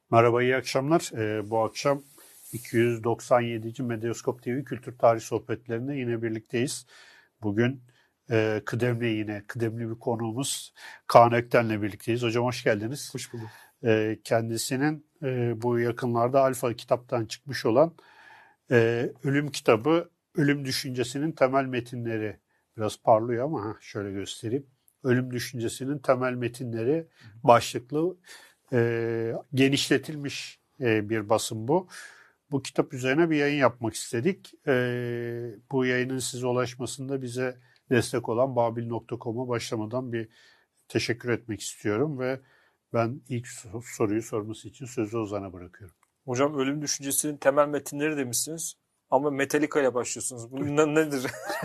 Merhaba, iyi akşamlar. Bu akşam 297. Medyaskop TV Kültür Tarih Sohbetlerinde yine birlikteyiz. Bugün kıdemli bir konuğumuz Kaan Ökten'le birlikteyiz. Hocam hoş geldiniz. Hoş bulduk. Kendisinin bu yakınlarda Alfa kitaptan çıkmış olan Ölüm kitabı, Ölüm Düşüncesinin Temel Metinleri. Biraz parlıyor ama şöyle göstereyim. Ölüm Düşüncesinin Temel Metinleri başlıklı genişletilmiş bir basım bu. Bu kitap üzerine bir yayın yapmak istedik. Bu yayının size ulaşmasında bize destek olan babil.com'a başlamadan bir teşekkür etmek istiyorum ve ben ilk soruyu sorması için sözü Ozan'a bırakıyorum. Hocam ölüm düşüncesinin temel metinleri demişsiniz ama Metallica ile başlıyorsunuz. Bu nedir?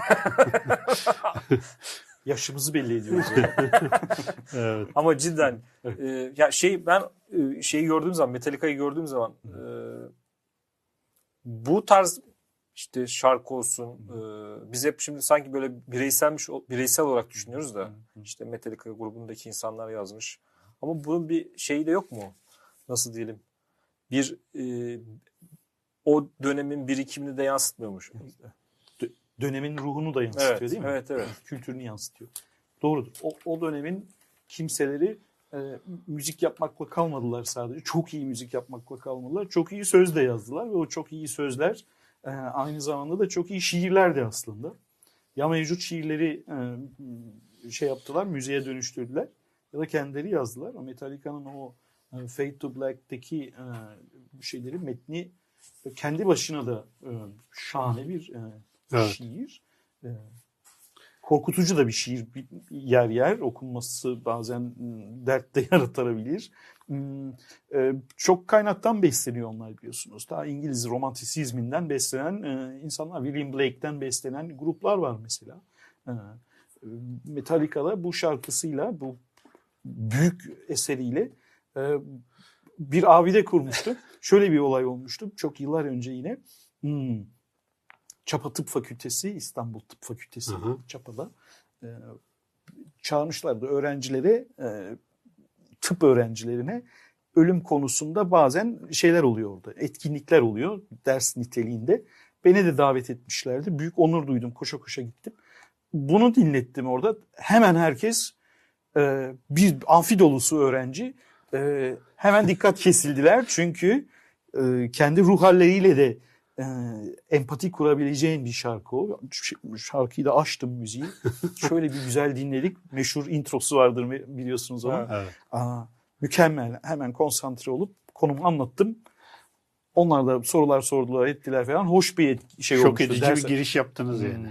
Yaşımızı belli ediyoruz. Evet. Ama cidden ya ben şeyi gördüğüm zaman, Metallica'yı gördüğüm zaman bu tarz işte şarkı olsun, biz hep şimdi sanki böyle bireysel olarak düşünüyoruz da işte Metallica grubundaki insanlar yazmış. Ama bunun bir şeyi de yok mu? Nasıl diyelim? Bir o dönemin birikimini de yansıtmıyormuş. Dönemin ruhunu da yansıtıyor, Evet, değil mi? evet. Kültürünü yansıtıyor. Doğrudur. O dönemin kimseleri müzik yapmakla kalmadılar sadece. Çok iyi müzik yapmakla kalmadılar. Çok iyi söz de yazdılar ve o çok iyi sözler aynı zamanda da çok iyi şiirler de aslında. Ya mevcut şiirleri yaptılar, müziğe dönüştürdüler ya da kendileri yazdılar. Metallica'nın o Fade to Black'teki şeyleri, metni kendi başına da şahane bir Evet. şiir. Korkutucu da bir şiir, yer yer okunması bazen dert de yaratabilir. Çok kaynaktan besleniyor onlar, biliyorsunuz. Daha İngiliz romantisizminden beslenen insanlar, William Blake'ten beslenen gruplar var mesela. Metallica'da bu şarkısıyla, bu büyük eseriyle bir abide kurmuştu. Şöyle bir olay olmuştu çok yıllar önce yine. Çapa Tıp Fakültesi, İstanbul Tıp Fakültesi Çapa'da çağırmışlardı öğrencilere, tıp öğrencilerine ölüm konusunda bazen şeyler oluyor orada, etkinlikler oluyor ders niteliğinde. Beni de davet etmişlerdi. Büyük onur duydum, koşa koşa gittim. Bunu dinlettim orada. Hemen herkes, bir amfi dolusu öğrenci, hemen dikkat kesildiler. Çünkü kendi ruh halleriyle de empati kurabileceğin bir şarkı o. Şarkıyı da açtım, müziği. Şöyle bir güzel dinledik. Meşhur introsu vardır, biliyorsunuz onu. Evet. Mükemmel. Hemen konsantre olup konumu anlattım. Onlar da sorular sordular, ettiler falan. Hoş bir şey oldu. Şok edici bir giriş yaptınız yani.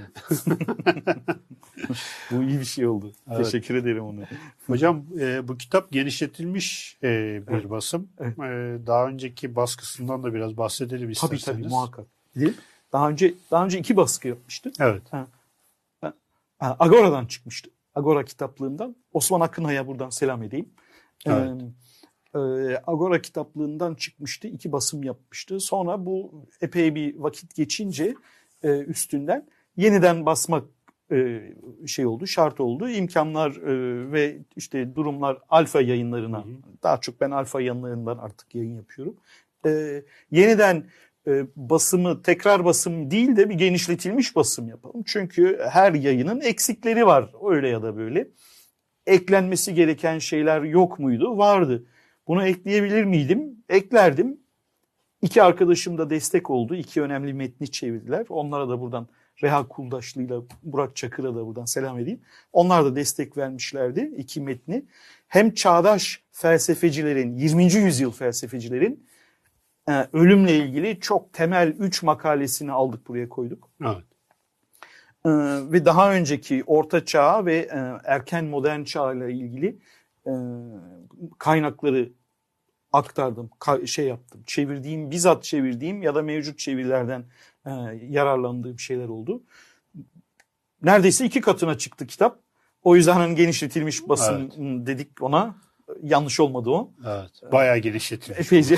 Bu iyi bir şey oldu. Evet. Teşekkür ederim ona. Hocam bu kitap genişletilmiş bir basım. Evet. Daha önceki baskısından da biraz bahsedelim isterseniz. Tabii muhakkak. Daha önce 2 baskı yapmıştı. Evet. Agora'dan çıkmıştı. Agora kitaplığından. Osman Akınay'a buradan selam edeyim. Evet. Agora kitaplığından çıkmıştı. 2 basım yapmıştı. Sonra bu epey bir vakit geçince üstünden yeniden basmak oldu, şart oldu. İmkanlar ve işte durumlar Alfa yayınlarına, daha çok ben Alfa yayınlarından artık yayın yapıyorum. Yeniden basımı, tekrar basım değil de bir genişletilmiş basım yapalım. Çünkü her yayının eksikleri var, öyle ya da böyle. Eklenmesi gereken şeyler yok muydu? Vardı. Bunu ekleyebilir miydim? Eklerdim. 2 arkadaşım da destek oldu. 2 önemli metni çevirdiler. Onlara da buradan, Reha Kuldaşlı ile Burak Çakır'a da buradan selam edeyim. Onlar da destek vermişlerdi 2 metni. Hem çağdaş felsefecilerin, 20. yüzyıl felsefecilerin ölümle ilgili çok temel 3 makalesini aldık, buraya koyduk. Evet. Ve daha önceki Orta Çağ ve erken modern çağ ile ilgili kaynakları aktardım, yaptım. Bizzat çevirdiğim ya da mevcut çevirilerden yararlandığım şeyler oldu. Neredeyse 2 katına çıktı kitap. O yüzden genişletilmiş basım dedik ona. Yanlış olmadı o. Evet. Bayağı genişletilmiş. Epeyce.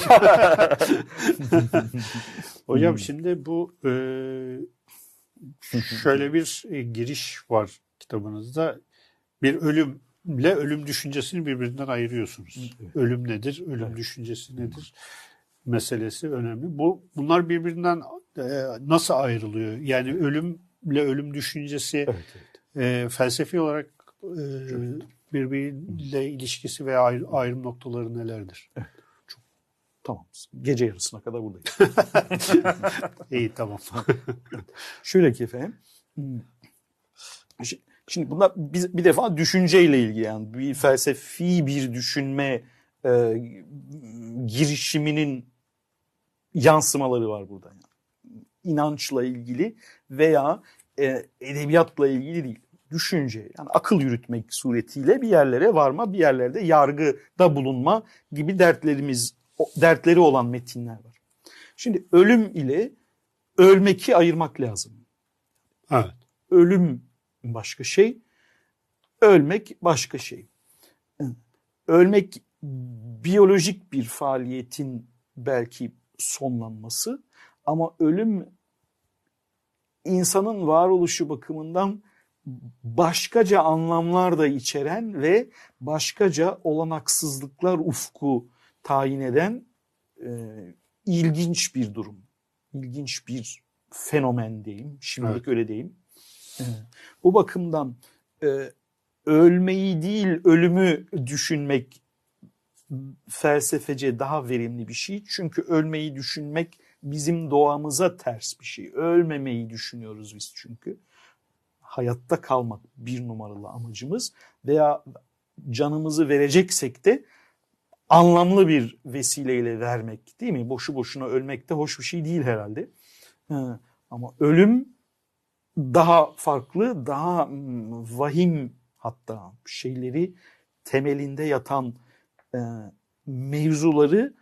Hocam şimdi bu şöyle bir giriş var kitabınızda. Bir ölüm ile ölüm düşüncesini birbirinden ayırıyorsunuz. Evet. Ölüm nedir? Ölüm düşüncesi nedir? Meselesi önemli. Bunlar birbirinden nasıl ayrılıyor? Yani ölümle ölüm düşüncesi Evet, evet. felsefi olarak birbiriyle ilişkisi veya ayrım noktaları nelerdir? Evet. Tamam. Gece yarısına kadar buradayız. İyi, tamam. Şöyle ki efendim. Şimdi bunlar bir defa düşünceyle ilgili, yani bir felsefi bir düşünme girişiminin yansımaları var burada. Yani. İnançla ilgili veya edebiyatla ilgili değil. Düşünce, yani akıl yürütmek suretiyle bir yerlere varma, bir yerlerde yargıda bulunma gibi dertleri olan metinler var. Şimdi ölüm ile ölmeki ayırmak lazım. Evet. Ölüm başka şey, ölmek başka şey. Ölmek biyolojik bir faaliyetin belki sonlanması, ama ölüm insanın varoluşu bakımından başkaca anlamlar da içeren ve başkaca olanaksızlıklar ufku tayin eden ilginç bir durum. İlginç bir fenomen diyeyim. Şimdilik Evet. öyle diyeyim. Bu bakımdan ölmeyi değil ölümü düşünmek felsefece daha verimli bir şey. Çünkü ölmeyi düşünmek bizim doğamıza ters bir şey. Ölmemeyi düşünüyoruz biz çünkü. Hayatta kalmak bir numaralı amacımız, veya canımızı vereceksek de anlamlı bir vesileyle vermek, değil mi? Boşu boşuna ölmek de hoş bir şey değil herhalde. Ama ölüm daha farklı, daha vahim, hatta şeyleri temelinde yatan mevzuları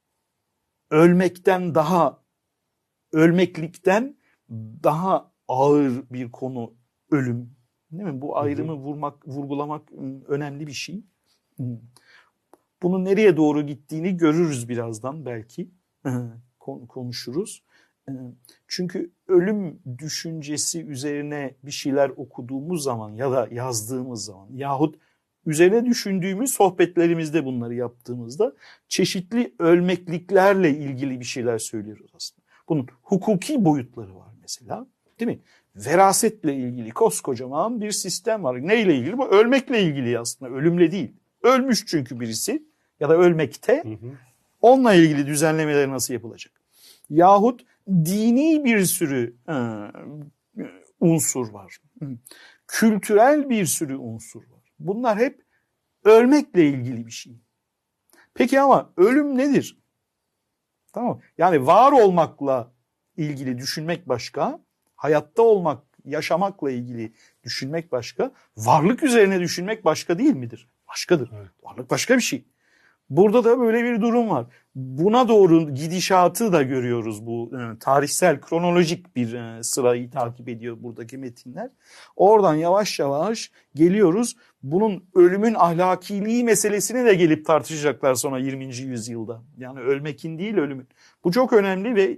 ölmeklikten daha ağır bir konu ölüm. Değil mi? Bu ayrımı vurgulamak önemli bir şey. Bunun nereye doğru gittiğini görürüz birazdan belki. Konuşuruz. Çünkü ölüm düşüncesi üzerine bir şeyler okuduğumuz zaman ya da yazdığımız zaman yahut üzerine düşündüğümüz sohbetlerimizde bunları yaptığımızda çeşitli ölmekliklerle ilgili bir şeyler söylüyoruz aslında. Bunun hukuki boyutları var mesela, değil mi? Verasetle ilgili koskocaman bir sistem var. Neyle ilgili? Bu ölmekle ilgili aslında, ölümle değil. Ölmüş çünkü birisi ya da ölmekte. Onunla ilgili düzenlemeler nasıl yapılacak? Yahut dini bir sürü unsur var. Kültürel bir sürü unsur var. Bunlar hep ölmekle ilgili bir şey. Peki ama ölüm nedir? Tamam. Yani var olmakla ilgili düşünmek başka, hayatta olmak, yaşamakla ilgili düşünmek başka, varlık üzerine düşünmek başka değil midir? Başkadır. Evet. Varlık başka bir şey. Burada da böyle bir durum var. Buna doğru gidişatı da görüyoruz, bu tarihsel, kronolojik bir sırayı takip ediyor buradaki metinler. Oradan yavaş yavaş geliyoruz. Bunun ölümün ahlakiliği meselesini de gelip tartışacaklar sonra 20. yüzyılda. Yani ölmekin değil ölümün. Bu çok önemli ve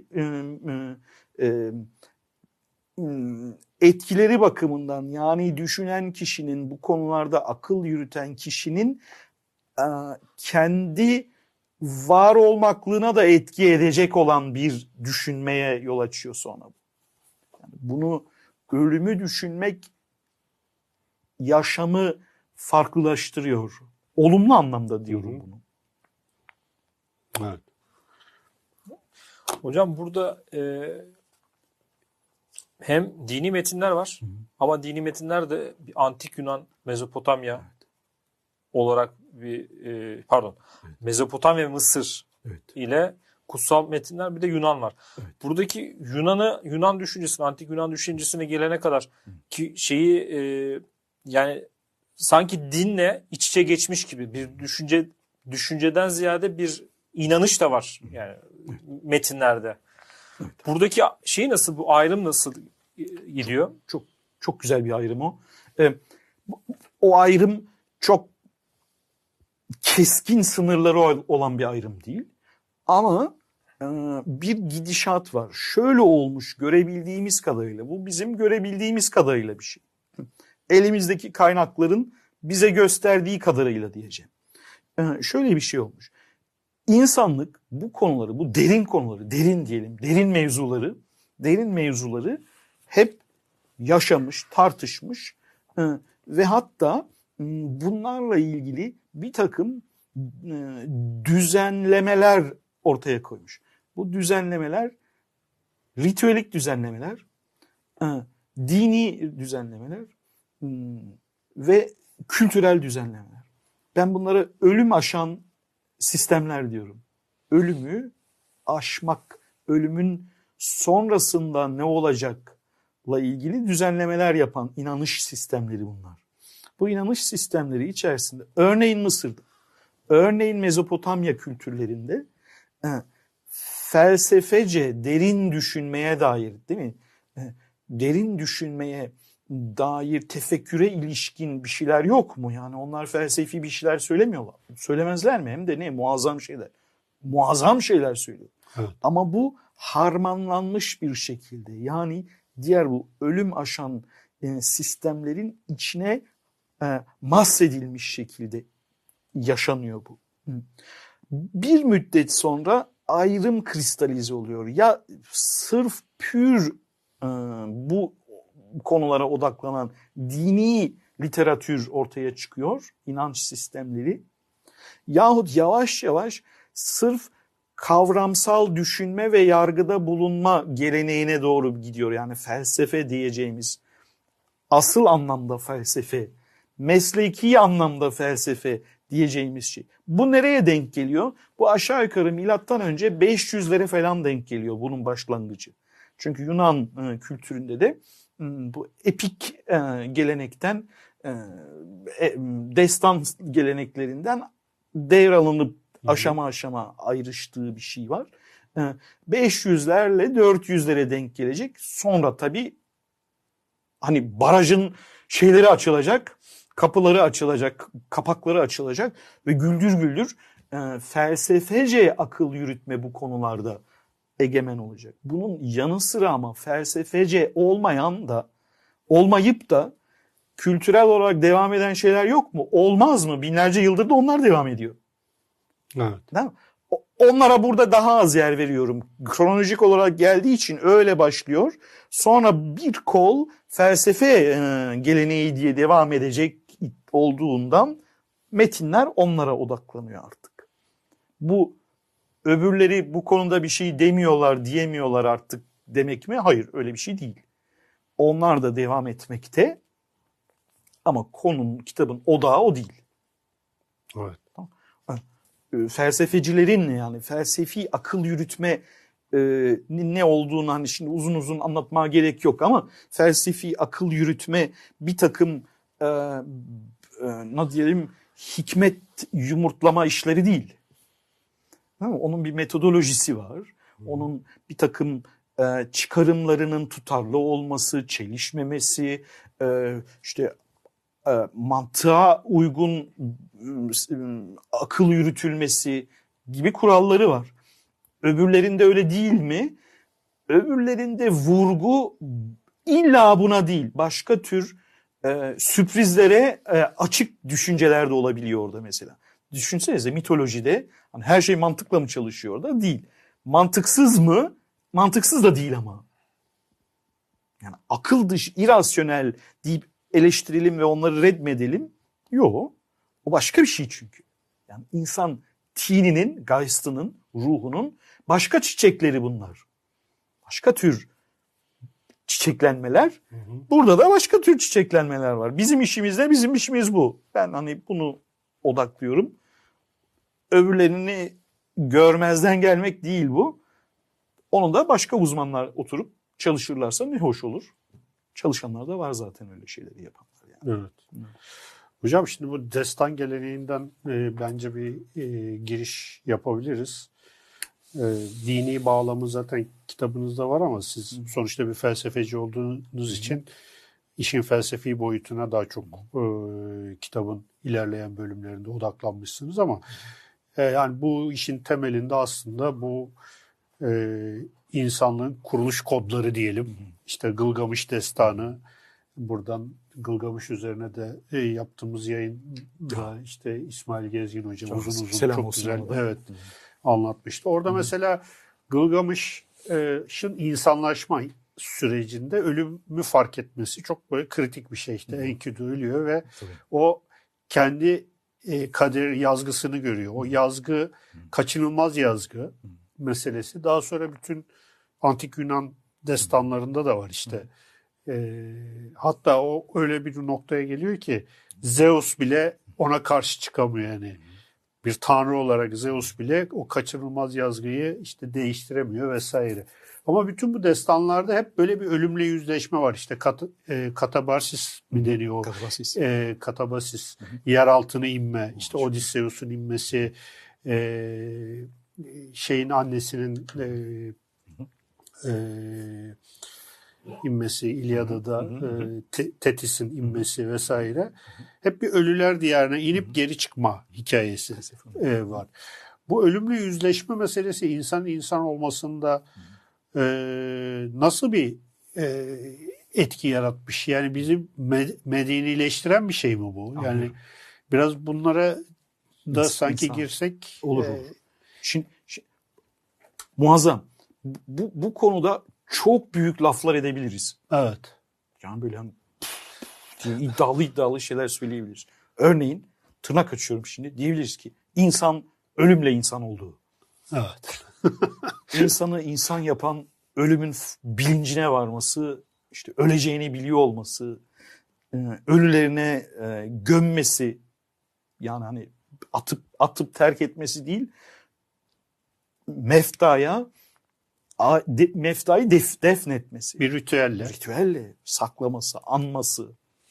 etkileri bakımından, yani düşünen kişinin, bu konularda akıl yürüten kişinin kendi var olmaklığına da etki edecek olan bir düşünmeye yol açıyor sonra. Yani bunu, ölümü düşünmek yaşamı farklılaştırıyor. Olumlu anlamda diyorum bunu. Evet. Hocam burada hem dini metinler var ama dini metinler de bir antik Yunan, Mezopotamya olarak bir Mezopotamya ve Mısır ile kutsal metinler, bir de Yunan var. Evet. Buradaki Yunan düşüncesine, antik Yunan düşüncesine gelene kadar ki yani sanki dinle iç içe geçmiş gibi bir düşünceden ziyade bir inanış da var yani metinlerde. Buradaki nasıl, bu ayrım nasıl gidiyor? Çok güzel bir ayrım o. O ayrım çok keskin sınırları olan bir ayrım değil. Ama bir gidişat var. Şöyle olmuş görebildiğimiz kadarıyla. Bu bizim görebildiğimiz kadarıyla bir şey. Elimizdeki kaynakların bize gösterdiği kadarıyla diyeceğim. Şöyle bir şey olmuş. İnsanlık bu konuları, bu derin konuları, derin diyelim, derin mevzuları hep yaşamış, tartışmış ve hatta bunlarla ilgili bir takım düzenlemeler ortaya koymuş. Bu düzenlemeler ritüelik düzenlemeler, dini düzenlemeler ve kültürel düzenlemeler. Ben bunlara ölüm aşan sistemler diyorum. Ölümü aşmak, ölümün sonrasında ne olacakla ilgili düzenlemeler yapan inanış sistemleri bunlar. Bu inanış sistemleri içerisinde örneğin Mısır'da, örneğin Mezopotamya kültürlerinde felsefece derin düşünmeye dair, değil mi? Derin düşünmeye dair tefekküre ilişkin bir şeyler yok mu? Yani onlar felsefi bir şeyler söylemiyorlar. Söylemezler mi? Hem de ne? Muazzam şeyler. Muazzam şeyler söylüyor. Evet. Ama bu harmanlanmış bir şekilde, yani diğer bu ölüm aşan sistemlerin içine mahsedilmiş şekilde yaşanıyor bu. Bir müddet sonra ayrım kristalize oluyor. Ya sırf pür bu konulara odaklanan dini literatür ortaya çıkıyor, inanç sistemleri. Yahut yavaş yavaş sırf kavramsal düşünme ve yargıda bulunma geleneğine doğru gidiyor. Yani felsefe diyeceğimiz, asıl anlamda felsefe, mesleki anlamda felsefe diyeceğimiz şey. Bu nereye denk geliyor? Bu aşağı yukarı milattan önce 500'lere falan denk geliyor bunun başlangıcı. Çünkü Yunan kültüründe de bu epik gelenekten, destan geleneklerinden devralınıp aşama aşama ayrıştığı bir şey var. 500'lerle 400'lere denk gelecek. Sonra tabii hani barajın şeyleri açılacak, kapıları açılacak, kapakları açılacak ve güldür güldür felsefece akıl yürütme bu konularda egemen olacak. Bunun yanı sıra ama felsefece olmayıp da kültürel olarak devam eden şeyler yok mu? Olmaz mı? Binlerce yıldır da onlar devam ediyor. Evet. Değil mi? Onlara burada daha az yer veriyorum. Kronolojik olarak geldiği için öyle başlıyor. Sonra bir kol felsefe geleneği diye devam edecek olduğundan metinler onlara odaklanıyor artık. Bu öbürleri bu konuda bir şey demiyorlar, diyemiyorlar artık demek mi? Hayır, öyle bir şey değil. Onlar da devam etmekte ama kitabın odağı o değil. Evet. Felsefecilerin, yani felsefi akıl yürütme ne olduğunu hani şimdi uzun uzun anlatmaya gerek yok ama felsefi akıl yürütme bir takım ne diyelim hikmet yumurtlama işleri değil. Onun bir metodolojisi var. Onun bir takım çıkarımlarının tutarlı olması, çelişmemesi, işte mantığa uygun akıl yürütülmesi gibi kuralları var. Öbürlerinde öyle değil mi? Öbürlerinde vurgu illa buna değil. Başka tür sürprizlere açık düşünceler de olabiliyor orada mesela. Düşünsenize mitolojide hani her şey mantıkla mı çalışıyor da değil. Mantıksız mı? Mantıksız da değil ama. Yani akıl dışı, irasyonel deyip eleştirelim ve onları reddmedelim. Yok. O başka bir şey çünkü. Yani insan tininin, geistinin, ruhunun başka çiçekleri bunlar. Başka tür çiçeklenmeler. Burada da başka tür çiçeklenmeler var. Bizim işimiz bu. Ben hani bunu odaklıyorum. Öbürlerini görmezden gelmek değil bu. Onu da başka uzmanlar oturup çalışırlarsa ne hoş olur. Çalışanlar da var zaten öyle şeyleri yapanlar. Yani. Evet. Hocam şimdi bu destan geleneğinden bence bir giriş yapabiliriz. Dini bağlamı zaten kitabınızda var ama siz sonuçta bir felsefeci olduğunuz için işin felsefi boyutuna daha çok kitabın ilerleyen bölümlerinde odaklanmışsınız ama yani bu işin temelinde aslında bu insanlığın kuruluş kodları diyelim. İşte Gılgamış Destanı, buradan Gılgamış üzerine de yaptığımız yayında işte İsmail Gezgin hocam Çok uzun selam çok olsun güzel ona da. anlatmıştı. Orada mesela Gılgamış'ın insanlaşma sürecinde ölümü fark etmesi çok böyle kritik bir şey. İşte Enkidu ölüyor ve Tabii. o kendi kader yazgısını görüyor. O yazgı kaçınılmaz yazgı meselesi. Daha sonra bütün Antik Yunan destanlarında da var işte. Hatta o öyle bir noktaya geliyor ki Zeus bile ona karşı çıkamıyor yani. Bir tanrı olarak Zeus bile o kaçınılmaz yazgıyı işte değiştiremiyor vesaire. Ama bütün bu destanlarda hep böyle bir ölümle yüzleşme var. İşte katabarsis mi deniyor? Katabasis. Katabasis. Yer altına inme. İşte Odysseus'un inmesi. Şeyin annesinin inmesi, İlyada'da Tetis'in inmesi vesaire. Hep bir ölüler diyarına inip geri çıkma hikayesi var. Bu ölümlü yüzleşme meselesi insan olmasında nasıl bir etki yaratmış? Yani bizi medenileştiren bir şey mi bu? Yani biraz bunlara da sanki girsek olur. Şimdi muazzam. Bu konuda çok büyük laflar edebiliriz. Evet. Yani böyle hani iddialı şeyler söyleyebiliriz. Örneğin tırnak açıyorum şimdi. Diyebiliriz ki insan ölümle insan olduğu. Evet. İnsanı insan yapan ölümün bilincine varması, işte öleceğini biliyor olması, ölülerine gömmesi, yani hani atıp terk etmesi değil, meftayı defnetmesi. Bir ritüelle. Ritüelle saklaması, anması.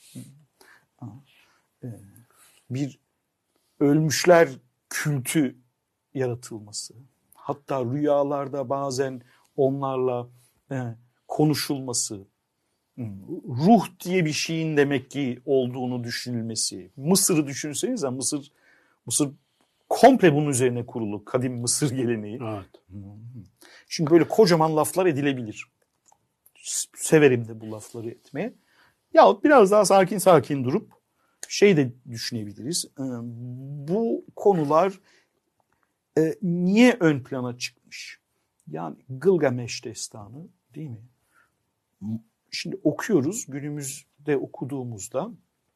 Bir ölmüşler kültü yaratılması. Hatta rüyalarda bazen onlarla konuşulması. Ruh diye bir şeyin demek ki olduğunu düşünülmesi. Mısır'ı düşünsenize, Mısır komple bunun üzerine kurulu. Kadim Mısır geleneği. Evet. Şimdi böyle kocaman laflar edilebilir. Severim de bu lafları etmeye. Ya biraz daha sakin durup şey de düşünebiliriz. Bu konular niye ön plana çıkmış? Yani Gılgameş destanı değil mi? Şimdi okuyoruz, günümüzde okuduğumuzda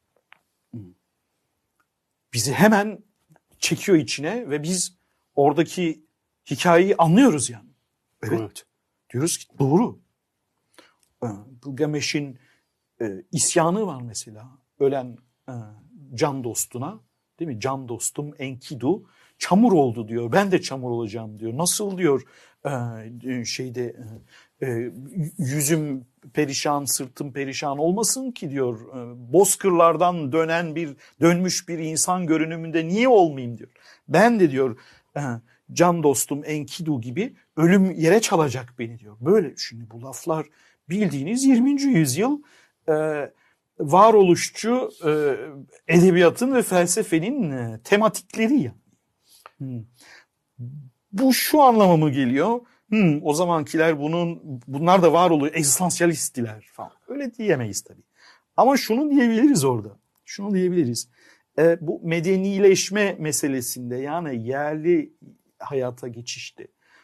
bizi hemen çekiyor içine ve biz oradaki hikayeyi anlıyoruz yani. Evet. Diyoruz ki doğru. Gılgameş'in isyanı var mesela. Ölen can dostuna, değil mi? Can dostum Enkidu çamur oldu diyor. Ben de çamur olacağım diyor. Nasıl diyor yüzüm perişan, sırtım perişan olmasın ki diyor. Bozkırlardan dönmüş bir insan görünümünde niye olmayayım diyor. Ben de diyor can dostum Enkidu gibi ölüm yere çalacak beni diyor. Böyle şimdi bu laflar bildiğiniz 20. yüzyıl varoluşçu edebiyatın ve felsefenin tematikleri ya. Bu şu anlama mı geliyor? O zamankiler bunlar da var oluyor. Egzistansiyalisttiler falan. Öyle diyemeyiz tabii. Ama şunu diyebiliriz orada. Şunu diyebiliriz. Bu medenileşme meselesinde yani yerli hayata geçişte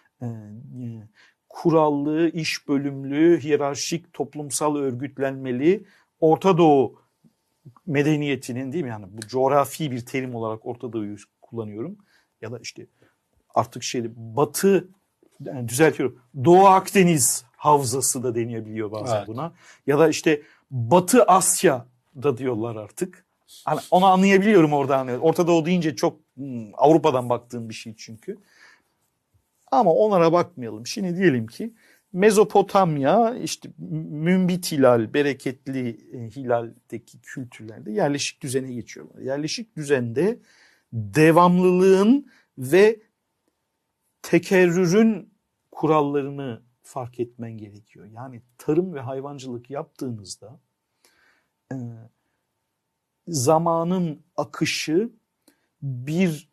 kurallı, iş bölümlü, hiyerarşik, toplumsal örgütlenmeli Orta Doğu medeniyetinin değil mi? Yani bu coğrafi bir terim olarak Orta Doğu'yu kullanıyorum. Ya da işte artık Batı, yani düzeltiyorum, Doğu Akdeniz havzası da denilebiliyor bazen buna. Ya da işte Batı Asya da diyorlar artık. Hani onu anlayabiliyorum oradan. Orta Doğu deyince çok Avrupa'dan baktığım bir şey çünkü. Ama onlara bakmayalım. Şimdi diyelim ki Mezopotamya, işte mümbit hilal, bereketli hilaldeki kültürlerde yerleşik düzene geçiyorlar. Yerleşik düzende devamlılığın ve tekerrürün kurallarını fark etmen gerekiyor. Yani tarım ve hayvancılık yaptığınızda zamanın akışı bir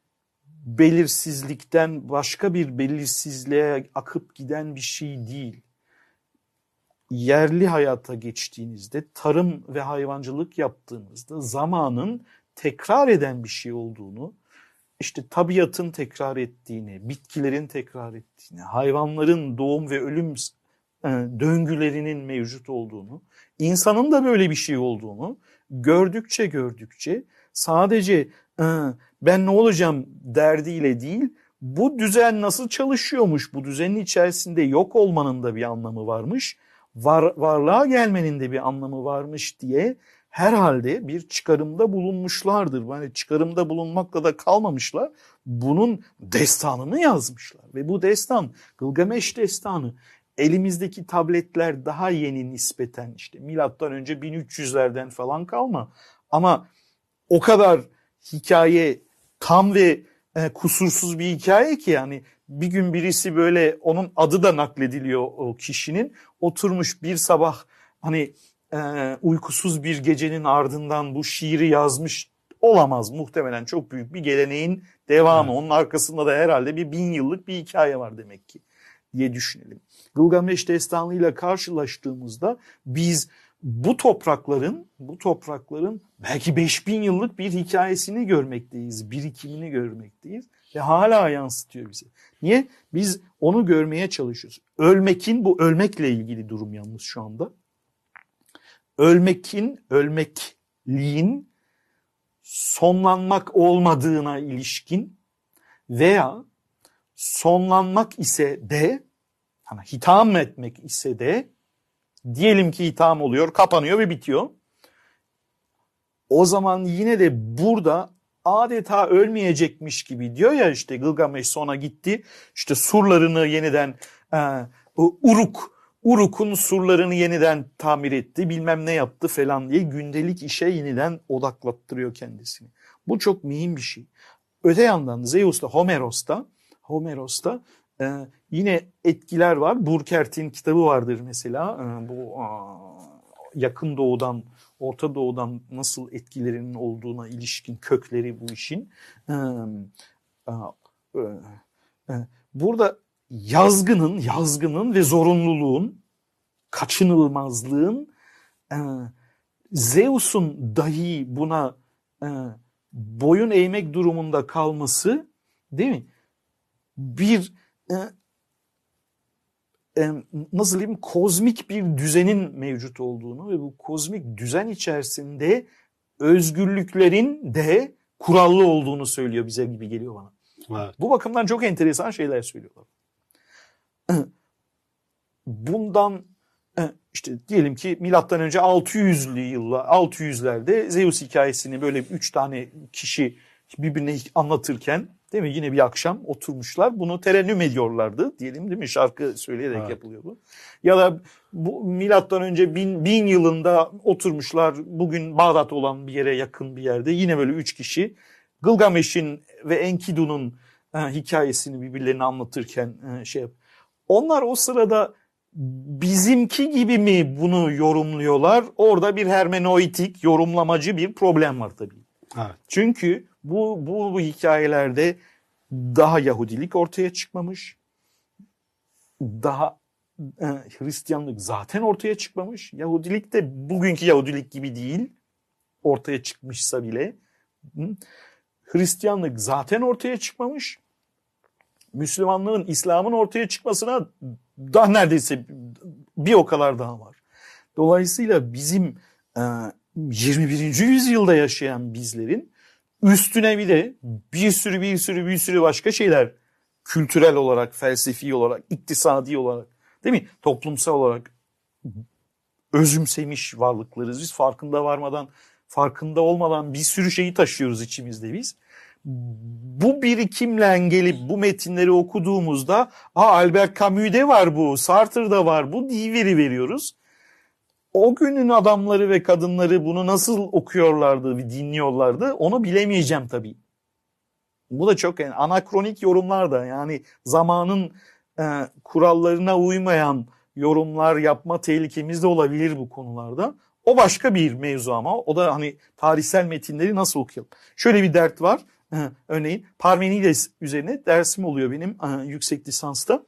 belirsizlikten başka bir belirsizliğe akıp giden bir şey değil. yerli hayata geçtiğinizde, tarım ve hayvancılık yaptığınızda zamanın tekrar eden bir şey olduğunu, işte tabiatın tekrar ettiğini, bitkilerin tekrar ettiğini, hayvanların doğum ve ölüm döngülerinin mevcut olduğunu, insanın da böyle bir şey olduğunu gördükçe sadece ben ne olacağım derdiyle değil, bu düzen nasıl çalışıyormuş, bu düzenin içerisinde yok olmanın da bir anlamı varmış, varlığa gelmenin de bir anlamı varmış diye herhalde bir çıkarımda bulunmuşlardır. Yani çıkarımda bulunmakla da kalmamışlar. Bunun destanını yazmışlar. Ve bu destan, Gılgameş destanı, elimizdeki tabletler daha yeni nispeten, işte milattan önce 1300'lerden falan kalma. Ama o kadar hikaye tam ve kusursuz bir hikaye ki, yani bir gün birisi böyle, onun adı da naklediliyor o kişinin, oturmuş bir sabah hani uykusuz bir gecenin ardından bu şiiri yazmış olamaz, muhtemelen çok büyük bir geleneğin devamı. Evet. Onun arkasında da herhalde bir 1000 yıllık bir hikaye var demek ki diye düşünelim. Gılgameş destanıyla karşılaştığımızda biz bu toprakların belki 5000 yıllık bir hikayesini görmekteyiz, birikimini görmekteyiz ve hala yansıtıyor bize. Niye? Biz onu görmeye çalışıyoruz. Bu ölmekle ilgili durum yalnız şu anda. Ölmekliğin sonlanmak olmadığına ilişkin veya sonlanmak ise de, hani hitam etmek ise de, diyelim ki hitam oluyor, kapanıyor ve bitiyor. O zaman yine de burada adeta ölmeyecekmiş gibi, diyor ya işte Gılgameş sonra gitti, işte surlarını yeniden Uruk'un surlarını yeniden tamir etti, bilmem ne yaptı falan diye gündelik işe yeniden odaklattırıyor kendisini. Bu çok mühim bir şey. Öte yandan Zeus'ta, Homeros'ta yine etkiler var. Burkert'in kitabı vardır mesela. Bu yakın doğudan, Orta Doğu'dan nasıl etkilerinin olduğuna ilişkin kökleri bu işin. Burada yazgının ve zorunluluğun, kaçınılmazlığın, Zeus'un dahi buna boyun eğmek durumunda kalması, değil mi? Bir nasıl diyeyim, kozmik bir düzenin mevcut olduğunu ve bu kozmik düzen içerisinde özgürlüklerin de kurallı olduğunu söylüyor bize gibi geliyor bana. Evet. Bu bakımdan çok enteresan şeyler söylüyorlar. Bundan işte diyelim ki milattan önce 600'lerde Zeus hikayesini böyle 3 tane kişi birbirine anlatırken, değil mi, yine bir akşam oturmuşlar bunu terennüm ediyorlardı diyelim, değil mi, şarkı söyleyerek evet. Yapılıyor bu. Ya da bu milattan önce 1000 yılında oturmuşlar bugün Bağdat olan bir yere yakın bir yerde, yine böyle 3 kişi Gılgameş'in ve Enkidu'nun hikayesini birbirlerine anlatırken onlar o sırada bizimki gibi mi bunu yorumluyorlar? Orada bir hermeneutik, yorumlamacı bir problem var tabii. Evet. Çünkü bu hikayelerde daha Yahudilik ortaya çıkmamış, daha Hristiyanlık zaten ortaya çıkmamış. Yahudilik de bugünkü Yahudilik gibi değil, ortaya çıkmışsa bile. Hristiyanlık zaten ortaya çıkmamış. Müslümanlığın, İslam'ın ortaya çıkmasına daha neredeyse bir o kadar daha var. Dolayısıyla bizim 21. yüzyılda yaşayan bizlerin üstüne bir de bir sürü başka şeyler, kültürel olarak, felsefi olarak, iktisadi olarak, değil mi, toplumsal olarak özümsemiş varlıklarız. Biz farkında olmadan bir sürü şeyi taşıyoruz içimizde biz. Bu birikimle gelip bu metinleri okuduğumuzda Albert Camus'de var bu, Sartre'da var bu diye veriyoruz. O günün adamları ve kadınları bunu nasıl okuyorlardı ve dinliyorlardı onu bilemeyeceğim tabii. Bu da çok anakronik yorumlar da, yani zamanın kurallarına uymayan yorumlar yapma tehlikemiz de olabilir bu konularda. O başka bir mevzu ama o da hani tarihsel metinleri nasıl okuyalım. Şöyle bir dert var. Örneğin Parmenides üzerine dersim oluyor benim yüksek lisansta.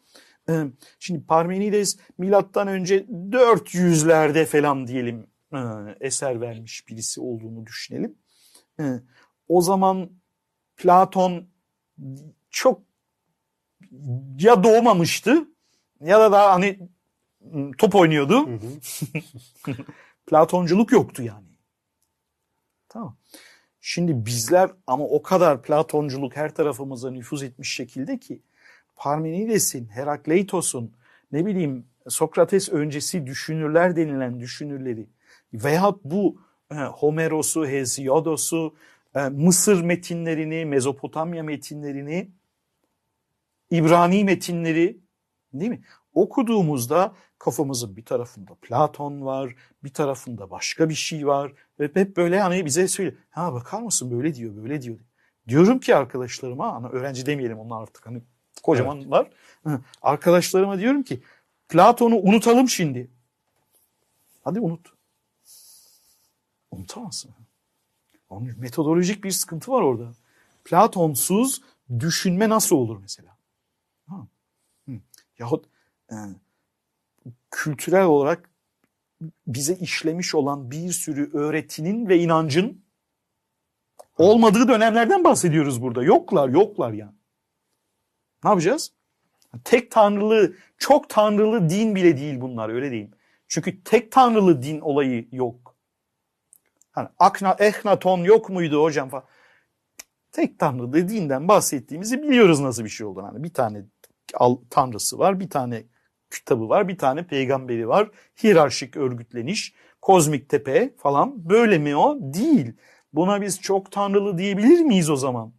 Şimdi Parmenides milattan önce 400'lerde falan diyelim eser vermiş birisi olduğunu düşünelim. O zaman Platon çok ya doğmamıştı ya da daha hani top oynuyordu. Platonculuk yoktu yani. Tamam. Şimdi bizler ama o kadar Platonculuk her tarafımıza nüfuz etmiş şekilde ki Parmenides'in, Herakleitos'un, ne bileyim Sokrates öncesi düşünürler denilen düşünürleri veyahut bu Homeros'u, Hesiodos'u, Mısır metinlerini, Mezopotamya metinlerini, İbrani metinleri, değil mi? Okuduğumuzda kafamızın bir tarafında Platon var, bir tarafında başka bir şey var ve hep böyle hani bize söylüyor. Ha bakar mısın böyle diyor, böyle diyor. Diyorum ki arkadaşlarıma, hani öğrenci demeyelim onlar artık hani kocamanlar. Evet. Arkadaşlarıma diyorum ki Platon'u unutalım şimdi. Hadi unut. Unutamazsın. Onun metodolojik bir sıkıntı var orada. Platonsuz düşünme nasıl olur mesela? Ha. Yahut kültürel olarak bize işlemiş olan bir sürü öğretinin ve inancın olmadığı dönemlerden bahsediyoruz burada. Yoklar yani. Ne yapacağız? Tek tanrılı, çok tanrılı din bile değil bunlar, öyle diyeyim. Çünkü tek tanrılı din olayı yok. Hani Eknaton yok muydu hocam falan. Tek tanrılı dinden bahsettiğimizi biliyoruz nasıl bir şey olduğunu. Hani bir tane tanrısı var, bir tane kitabı var, bir tane peygamberi var. Hiyerarşik örgütleniş, kozmik tepe falan. Böyle mi o? Değil. Buna biz çok tanrılı diyebilir miyiz o zaman?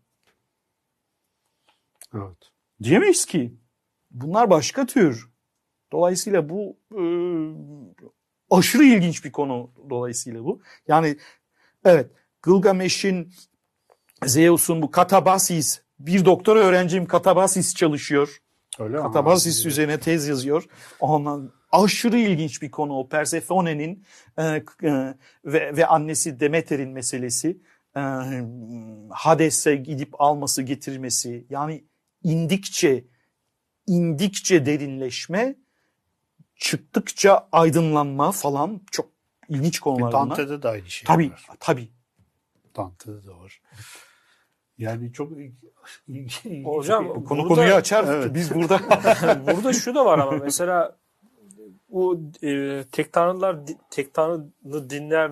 Evet. Diyemeyiz ki. Bunlar başka tür. Dolayısıyla bu aşırı ilginç bir konu dolayısıyla bu. Yani evet, Gılgameş'in, Zeus'un bu Katabasis, bir doktora öğrencim Katabasis çalışıyor. Öyle Katabasis üzerine tez yazıyor. Ondan aşırı ilginç bir konu o. Persephone'nin ve annesi Demeter'in meselesi. Hades'e gidip alması getirmesi. Yani indikçe derinleşme, çıktıkça aydınlanma falan çok ilginç konular bunlar. Dante'de de aynı şey Tabii, var. tabii. Dante'de de var. Yani çok Hocam konuyu açar. Evet. Biz burada burada şu da var ama mesela bu tek tanrılı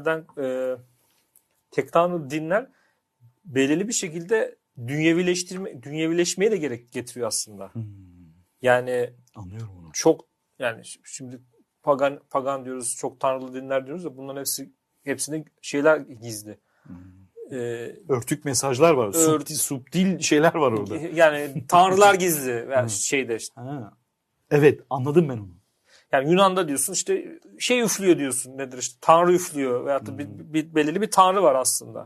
dinler belirli bir şekilde dünyevileşmeye de gerek getiriyor aslında. Yani anlıyorum onu. çok yani şimdi pagan diyoruz, çok tanrılı dinler diyoruz da bunların hepsinde şeyler gizli. Örtük mesajlar var. Subtil şeyler var orada. Yani tanrılar gizli yani şeyde işte. Ha. Evet, anladım ben onu. Yani Yunan'da diyorsun işte şey üflüyor diyorsun, nedir işte tanrı üflüyor veyahut da belirli bir tanrı var aslında.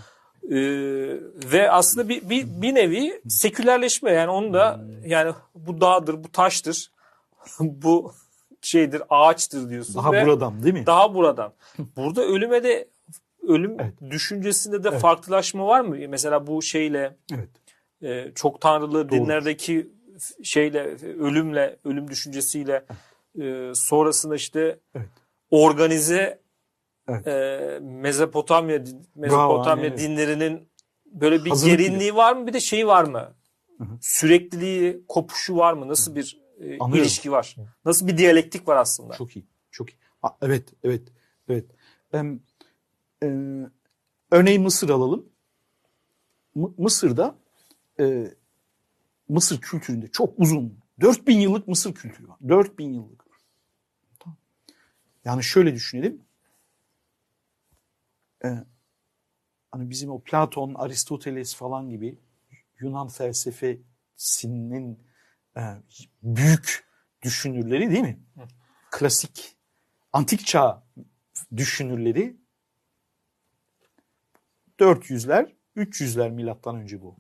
Ve aslında bir nevi sekülerleşme, yani onu da yani bu dağdır, bu taştır, bu şeydir, ağaçtır diyorsun. Daha buradan değil mi? Daha buradan. Burada ölüm Evet. düşüncesinde de farklılaşma var mı? Mesela bu şeyle çok tanrılı dinlerdeki şeyle ölüm düşüncesiyle sonrasında işte organize Mezopotamya dinlerinin böyle bir derinliği var mı? Bir de şeyi var mı? Sürekliliği, kopuşu var mı? Nasıl bir ilişki var? Nasıl bir diyalektik var aslında? Çok iyi. Evet. Örneğin Mısır alalım. Mısır'da Mısır kültüründe çok uzun 4000 yıllık Mısır kültürü var. 4000 yıllık. Yani şöyle düşünelim. Hani bizim o Platon, Aristoteles falan gibi Yunan felsefesinin büyük düşünürleri değil mi? Klasik, antik çağ düşünürleri 400'ler, 300'ler milattan önce bu.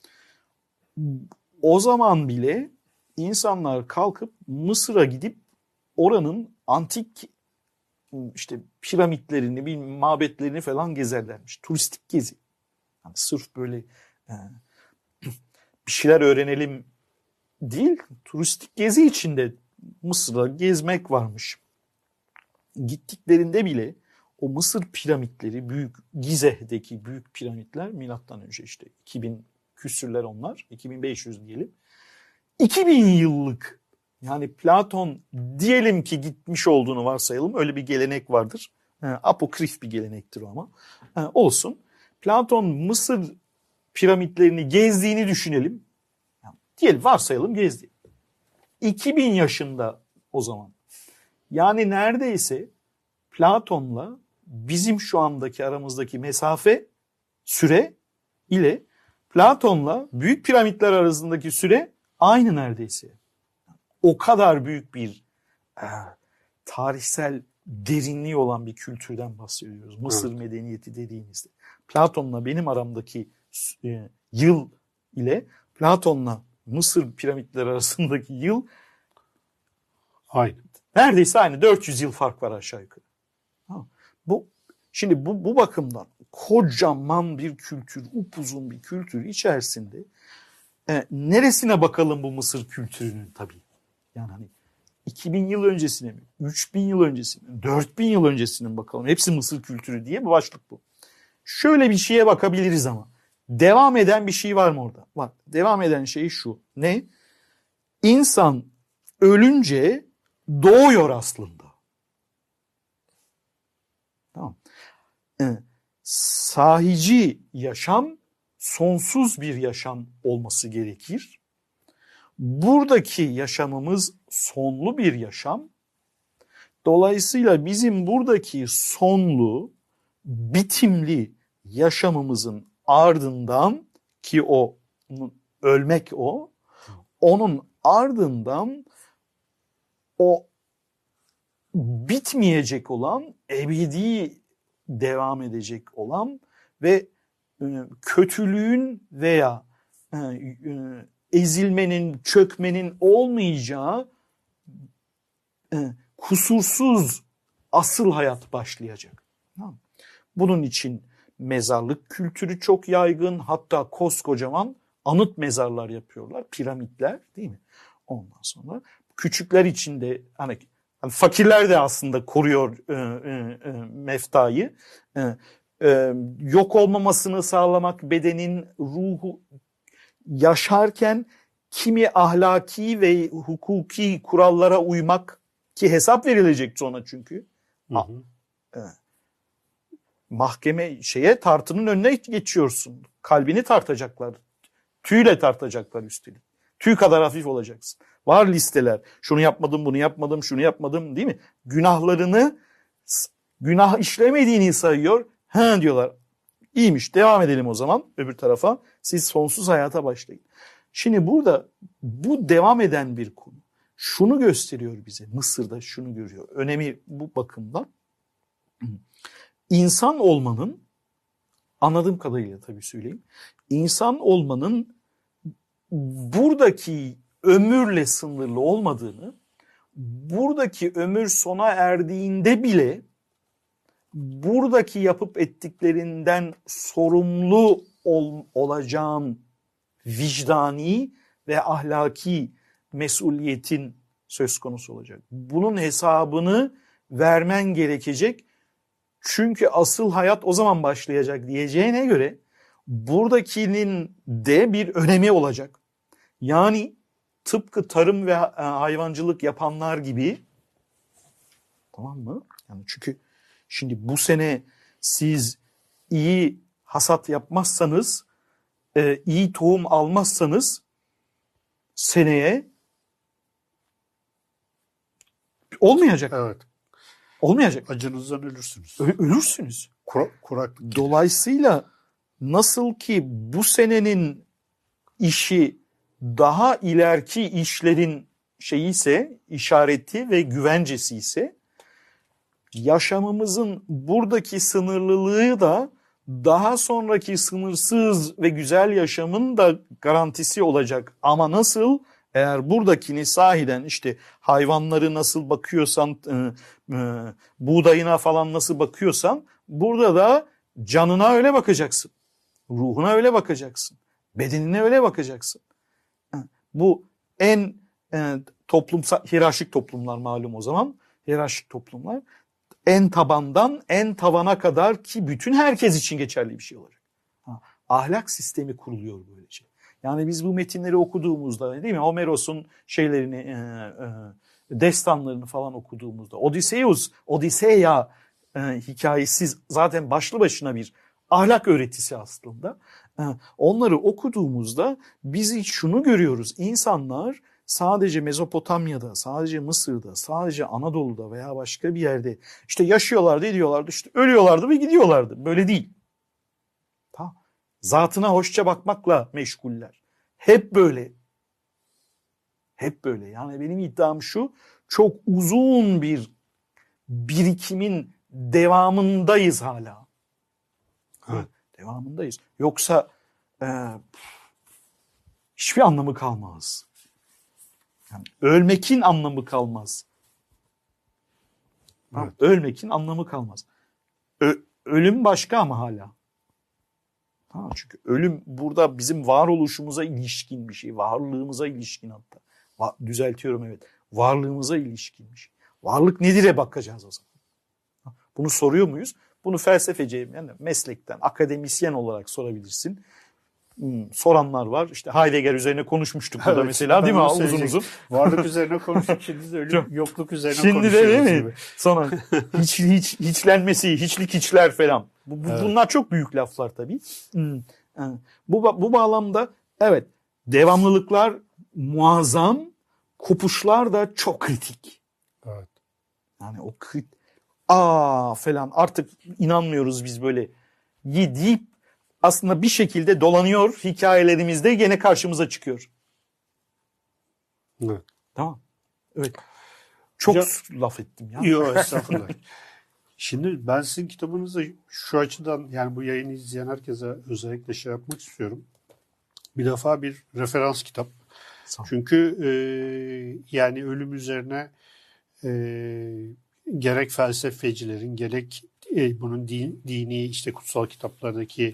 O zaman bile insanlar kalkıp Mısır'a gidip oranın antik işte piramitlerini, mabetlerini falan gezerlermiş. Turistik gezi. Yani sırf böyle bir şeyler öğrenelim değil, turistik gezi içinde Mısır'a gezmek varmış. Gittiklerinde bile o Mısır piramitleri, büyük Gize'deki büyük piramitler milattan önce işte 2000 küsürler onlar, 2500 diyelim. 2000 yıllık, yani Platon diyelim ki gitmiş olduğunu varsayalım, öyle bir gelenek vardır. Apokrif bir gelenektir o ama. Olsun. Platon Mısır piramitlerini gezdiğini düşünelim. Diyelim, varsayalım gezdi. 2000 yaşında o zaman. Yani neredeyse Platon'la bizim şu andaki aramızdaki mesafe, süre ile Platon'la büyük piramitler arasındaki süre aynı neredeyse. O kadar büyük bir tarihsel derinliği olan bir kültürden bahsediyoruz. Mısır medeniyeti dediğimizde. Platon'la benim aramdaki yıl ile Platon'la Mısır piramitleri arasındaki yıl Aynı. neredeyse aynı. 400 yıl fark var aşağı yukarı. Şimdi bu bakımdan kocaman bir kültür, upuzun bir kültür içerisinde neresine bakalım bu Mısır kültürünün tabii. Yani hani 2000 yıl öncesine mi, 3000 yıl öncesine mi, 4000 yıl öncesine mi bakalım? Hepsi Mısır kültürü diye bir başlık bu. Şöyle bir şeye bakabiliriz ama. Devam eden bir şey var mı orada? Var. Devam eden şey şu. Ne? İnsan ölünce doğuyor aslında. Tamam. Sahici yaşam, sonsuz bir yaşam olması gerekir. Buradaki yaşamımız sonlu bir yaşam. Dolayısıyla bizim buradaki sonlu, bitimli yaşamımızın ardından, ki o ölmek o, onun ardından o bitmeyecek olan, ebedi devam edecek olan ve kötülüğün veya ezilmenin, çökmenin olmayacağı kusursuz asıl hayat başlayacak. Bunun için mezarlık kültürü çok yaygın. Hatta koskocaman anıt mezarlar yapıyorlar. Piramitler, değil mi? Ondan sonra küçükler için de hani fakirler de aslında koruyor meftayı. Yok olmamasını sağlamak, bedenin ruhu yaşarken kimi ahlaki ve hukuki kurallara uymak, ki hesap verilecek ona çünkü. Mahkeme tartının önüne geçiyorsun. Kalbini tartacaklar. Tüyle tartacaklar üstelik. Tüy kadar hafif olacaksın. Var listeler. Şunu yapmadım, bunu yapmadım, şunu yapmadım, değil mi? Günah işlemediğini sayıyor. Diyorlar. İyiymiş, devam edelim o zaman öbür tarafa. Siz sonsuz hayata başlayın. Şimdi burada bu devam eden bir konu. Şunu gösteriyor bize. Mısır'da şunu görüyor. Önemi bu bakımdan. İnsan olmanın, anladığım kadarıyla tabii söyleyeyim, İnsan olmanın buradaki ömürle sınırlı olmadığını, buradaki ömür sona erdiğinde bile buradaki yapıp ettiklerinden sorumlu olacağın vicdani ve ahlaki mesuliyetin söz konusu olacak. Bunun hesabını vermen gerekecek. Çünkü asıl hayat o zaman başlayacak diyeceğine göre buradakinin de bir önemi olacak. Yani tıpkı tarım ve hayvancılık yapanlar gibi, tamam mı? Yani çünkü şimdi bu sene siz iyi hasat yapmazsanız, iyi tohum almazsanız seneye olmayacak. Evet. Olmayacak. Acınızdan ölürsünüz. Ölürsünüz. Kuraklık. Dolayısıyla nasıl ki bu senenin işi daha ileriki işlerin ise, işareti ve güvencesi ise, yaşamımızın buradaki sınırlılığı da daha sonraki sınırsız ve güzel yaşamın da garantisi olacak. Ama nasıl? Eğer buradakini sahiden işte hayvanları nasıl bakıyorsan, buğdayına falan nasıl bakıyorsan, burada da canına öyle bakacaksın. Ruhuna öyle bakacaksın. Bedenine öyle bakacaksın. Bu en toplumsal hiyerarşik toplumlar malum o zaman. Hiyerarşik toplumlar en tabandan en tavana kadar ki bütün herkes için geçerli bir şey olacak. Ahlak sistemi kuruluyor böylece. Yani biz bu metinleri okuduğumuzda değil mi? Homeros'un şeylerini, destanlarını falan okuduğumuzda Odysseia hikayesi zaten başlı başına bir ahlak öğretisi aslında. Onları okuduğumuzda biz şunu görüyoruz. İnsanlar sadece Mezopotamya'da, sadece Mısır'da, sadece Anadolu'da veya başka bir yerde işte yaşıyorlardı, ediyorlardı, işte ölüyorlardı ve gidiyorlardı. Böyle değil. Tamam. Zatına hoşça bakmakla meşguller. Hep böyle. Hep böyle. Yani benim iddiam şu, çok uzun bir birikimin devamındayız hala. Evet. Devamındayız. Yoksa hiçbir anlamı kalmaz. Yani ölmekin anlamı kalmaz. Evet. Ölmekin anlamı kalmaz. Ölüm başka ama hala. Çünkü ölüm burada bizim varoluşumuza ilişkin bir şey. Varlığımıza ilişkin hatta. Düzeltiyorum evet. Varlığımıza ilişkin bir şey. Varlık nedir'e bakacağız o zaman. Bunu soruyor muyuz? Bunu felsefeci, yani meslekten, akademisyen olarak sorabilirsin. Soranlar var. İşte Heidegger üzerine konuşmuştuk burada mesela değil mi? Uzun uzun. Varlık üzerine konuştuk. Şimdi de ölüm, yokluk üzerine şimdi konuşuyoruz. Şimdi de değil mi? Gibi. Sonra hiçlenmesi, hiçlik hiçler falan. Bunlar çok büyük laflar tabii. Bu bağlamda evet devamlılıklar muazzam, kopuşlar da çok kritik. Evet. Yani o falan artık inanmıyoruz biz böyle deyip aslında bir şekilde dolanıyor hikayelerimizde gene karşımıza çıkıyor. Evet. Tamam. Evet. Çok laf ettim ya. Yok estağfurullah. Şimdi ben sizin kitabınızı şu açıdan yani bu yayını izleyen herkese özellikle şey yapmak istiyorum. Bir defa bir referans kitap. Çünkü yani ölüm üzerine gerek felsefecilerin gerek bunun dini işte kutsal kitaplardaki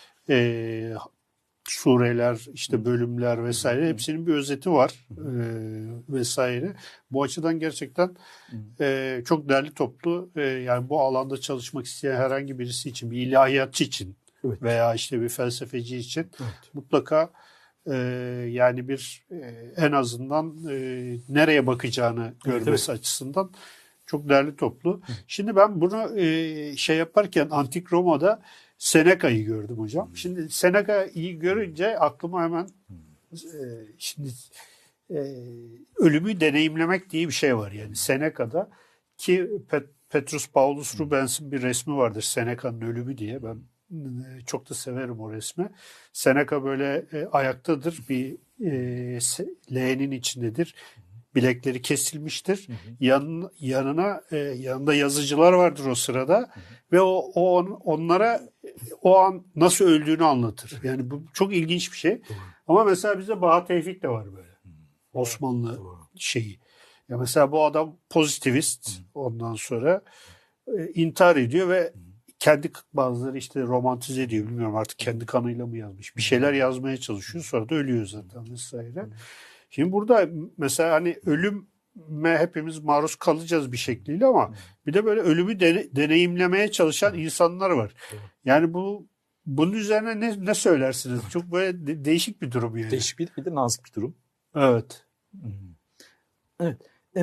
sureler, işte bölümler vesaire hepsinin bir özeti var vesaire. Bu açıdan gerçekten çok değerli toplu yani bu alanda çalışmak isteyen herhangi birisi için, bir ilahiyatçı için veya işte bir felsefeci için mutlaka yani bir en azından nereye bakacağını görmesi açısından çok değerli toplu. Şimdi ben bunu şey yaparken Antik Roma'da Seneca'yı gördüm hocam. Şimdi Seneca'yı görünce aklıma hemen şimdi ölümü deneyimlemek diye bir şey var yani Seneca'da ki Petrus Paulus Rubens'in bir resmi vardır Seneca'nın ölümü diye. Ben çok da severim o resmi. Seneca böyle ayaktadır, bir leğenin içindedir. Bilekleri kesilmiştir. Yanında yazıcılar vardır o sırada ve onlara o an nasıl öldüğünü anlatır. Yani bu çok ilginç bir şey. Ama mesela bizde Baha Tevfik de var böyle. Osmanlı şeyi. Ya mesela bu adam pozitivist ondan sonra intihar ediyor ve kendi bazıları işte romantize ediyor. Bilmiyorum artık kendi kanıyla mı yazmış. Bir şeyler yazmaya çalışıyor. Sonra da ölüyor zaten vesaire. Şimdi burada mesela hani ölüme hepimiz maruz kalacağız bir şekliyle ama bir de böyle ölümü deneyimlemeye çalışan insanlar var. Yani bunun üzerine ne söylersiniz? Çok böyle değişik bir durum yani. Değişik bir de nazik bir durum. Evet. Evet.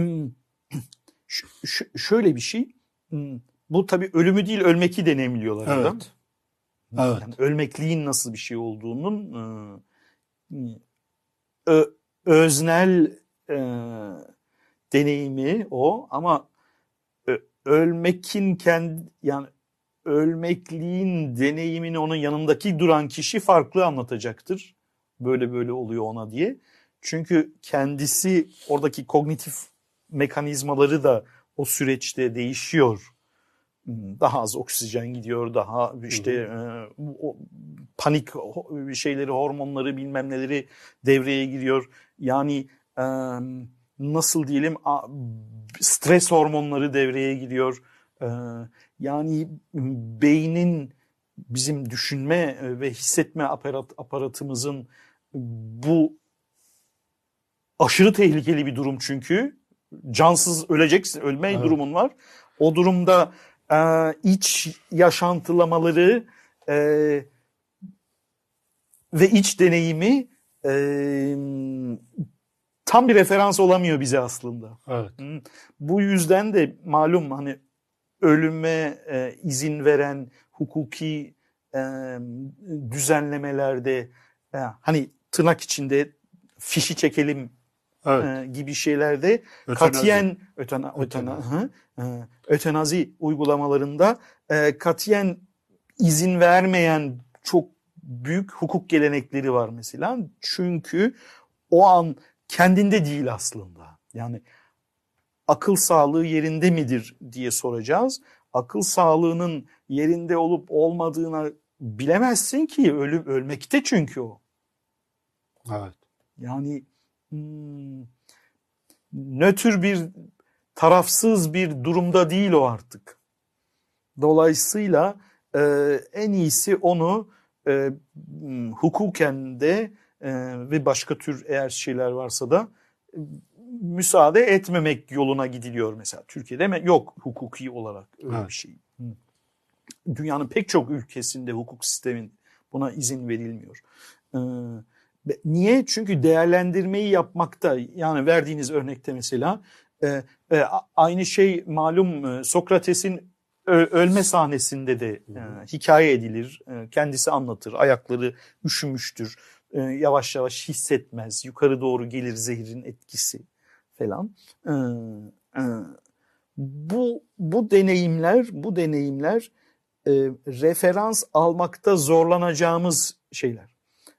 Şöyle bir şey. Bu tabii ölümü değil ölmeki deneyimliyorlar. Evet. Evet. Yani ölmekliğin nasıl bir şey olduğunun öznel deneyimi o ama ölmekin yani ölmekliğin deneyimini onun yanındaki duran kişi farklı anlatacaktır. Böyle oluyor ona diye. Çünkü kendisi oradaki kognitif mekanizmaları da o süreçte değişiyor. Daha az oksijen gidiyor, daha işte panik şeyleri, hormonları bilmem neleri devreye giriyor. Yani nasıl diyelim stres hormonları devreye giriyor. Yani beynin bizim düşünme ve hissetme aparatımızın bu aşırı tehlikeli bir durum çünkü. Cansız öleceksin, ölme Evet. durumun var. O durumda iç yaşantılamaları ve iç deneyimi tam bir referans olamıyor bize aslında. Evet. Bu yüzden de malum hani ölüme izin veren hukuki düzenlemelerde hani tırnak içinde fişi çekelim Evet. gibi şeylerde katiyen ötenazi uygulamalarında katiyen izin vermeyen çok büyük hukuk gelenekleri var mesela. Çünkü o an kendinde değil aslında. Yani akıl sağlığı yerinde midir diye soracağız. Akıl sağlığının yerinde olup olmadığını bilemezsin ki ölmekte çünkü o. Evet. Yani nötr bir tarafsız bir durumda değil o artık. Dolayısıyla en iyisi onu hukuken de ve başka tür eğer şeyler varsa da müsaade etmemek yoluna gidiliyor mesela. Türkiye'de yok hukuki olarak öyle bir şey. Dünyanın pek çok ülkesinde hukuk sistemin buna izin verilmiyor. Niye? Çünkü değerlendirmeyi yapmakta, yani verdiğiniz örnekte mesela aynı şey malum Sokrates'in ölme sahnesinde de hikaye edilir. Kendisi anlatır. Ayakları üşümüştür. Yavaş yavaş hissetmez. Yukarı doğru gelir zehrin etkisi falan. Bu deneyimler referans almakta zorlanacağımız şeyler.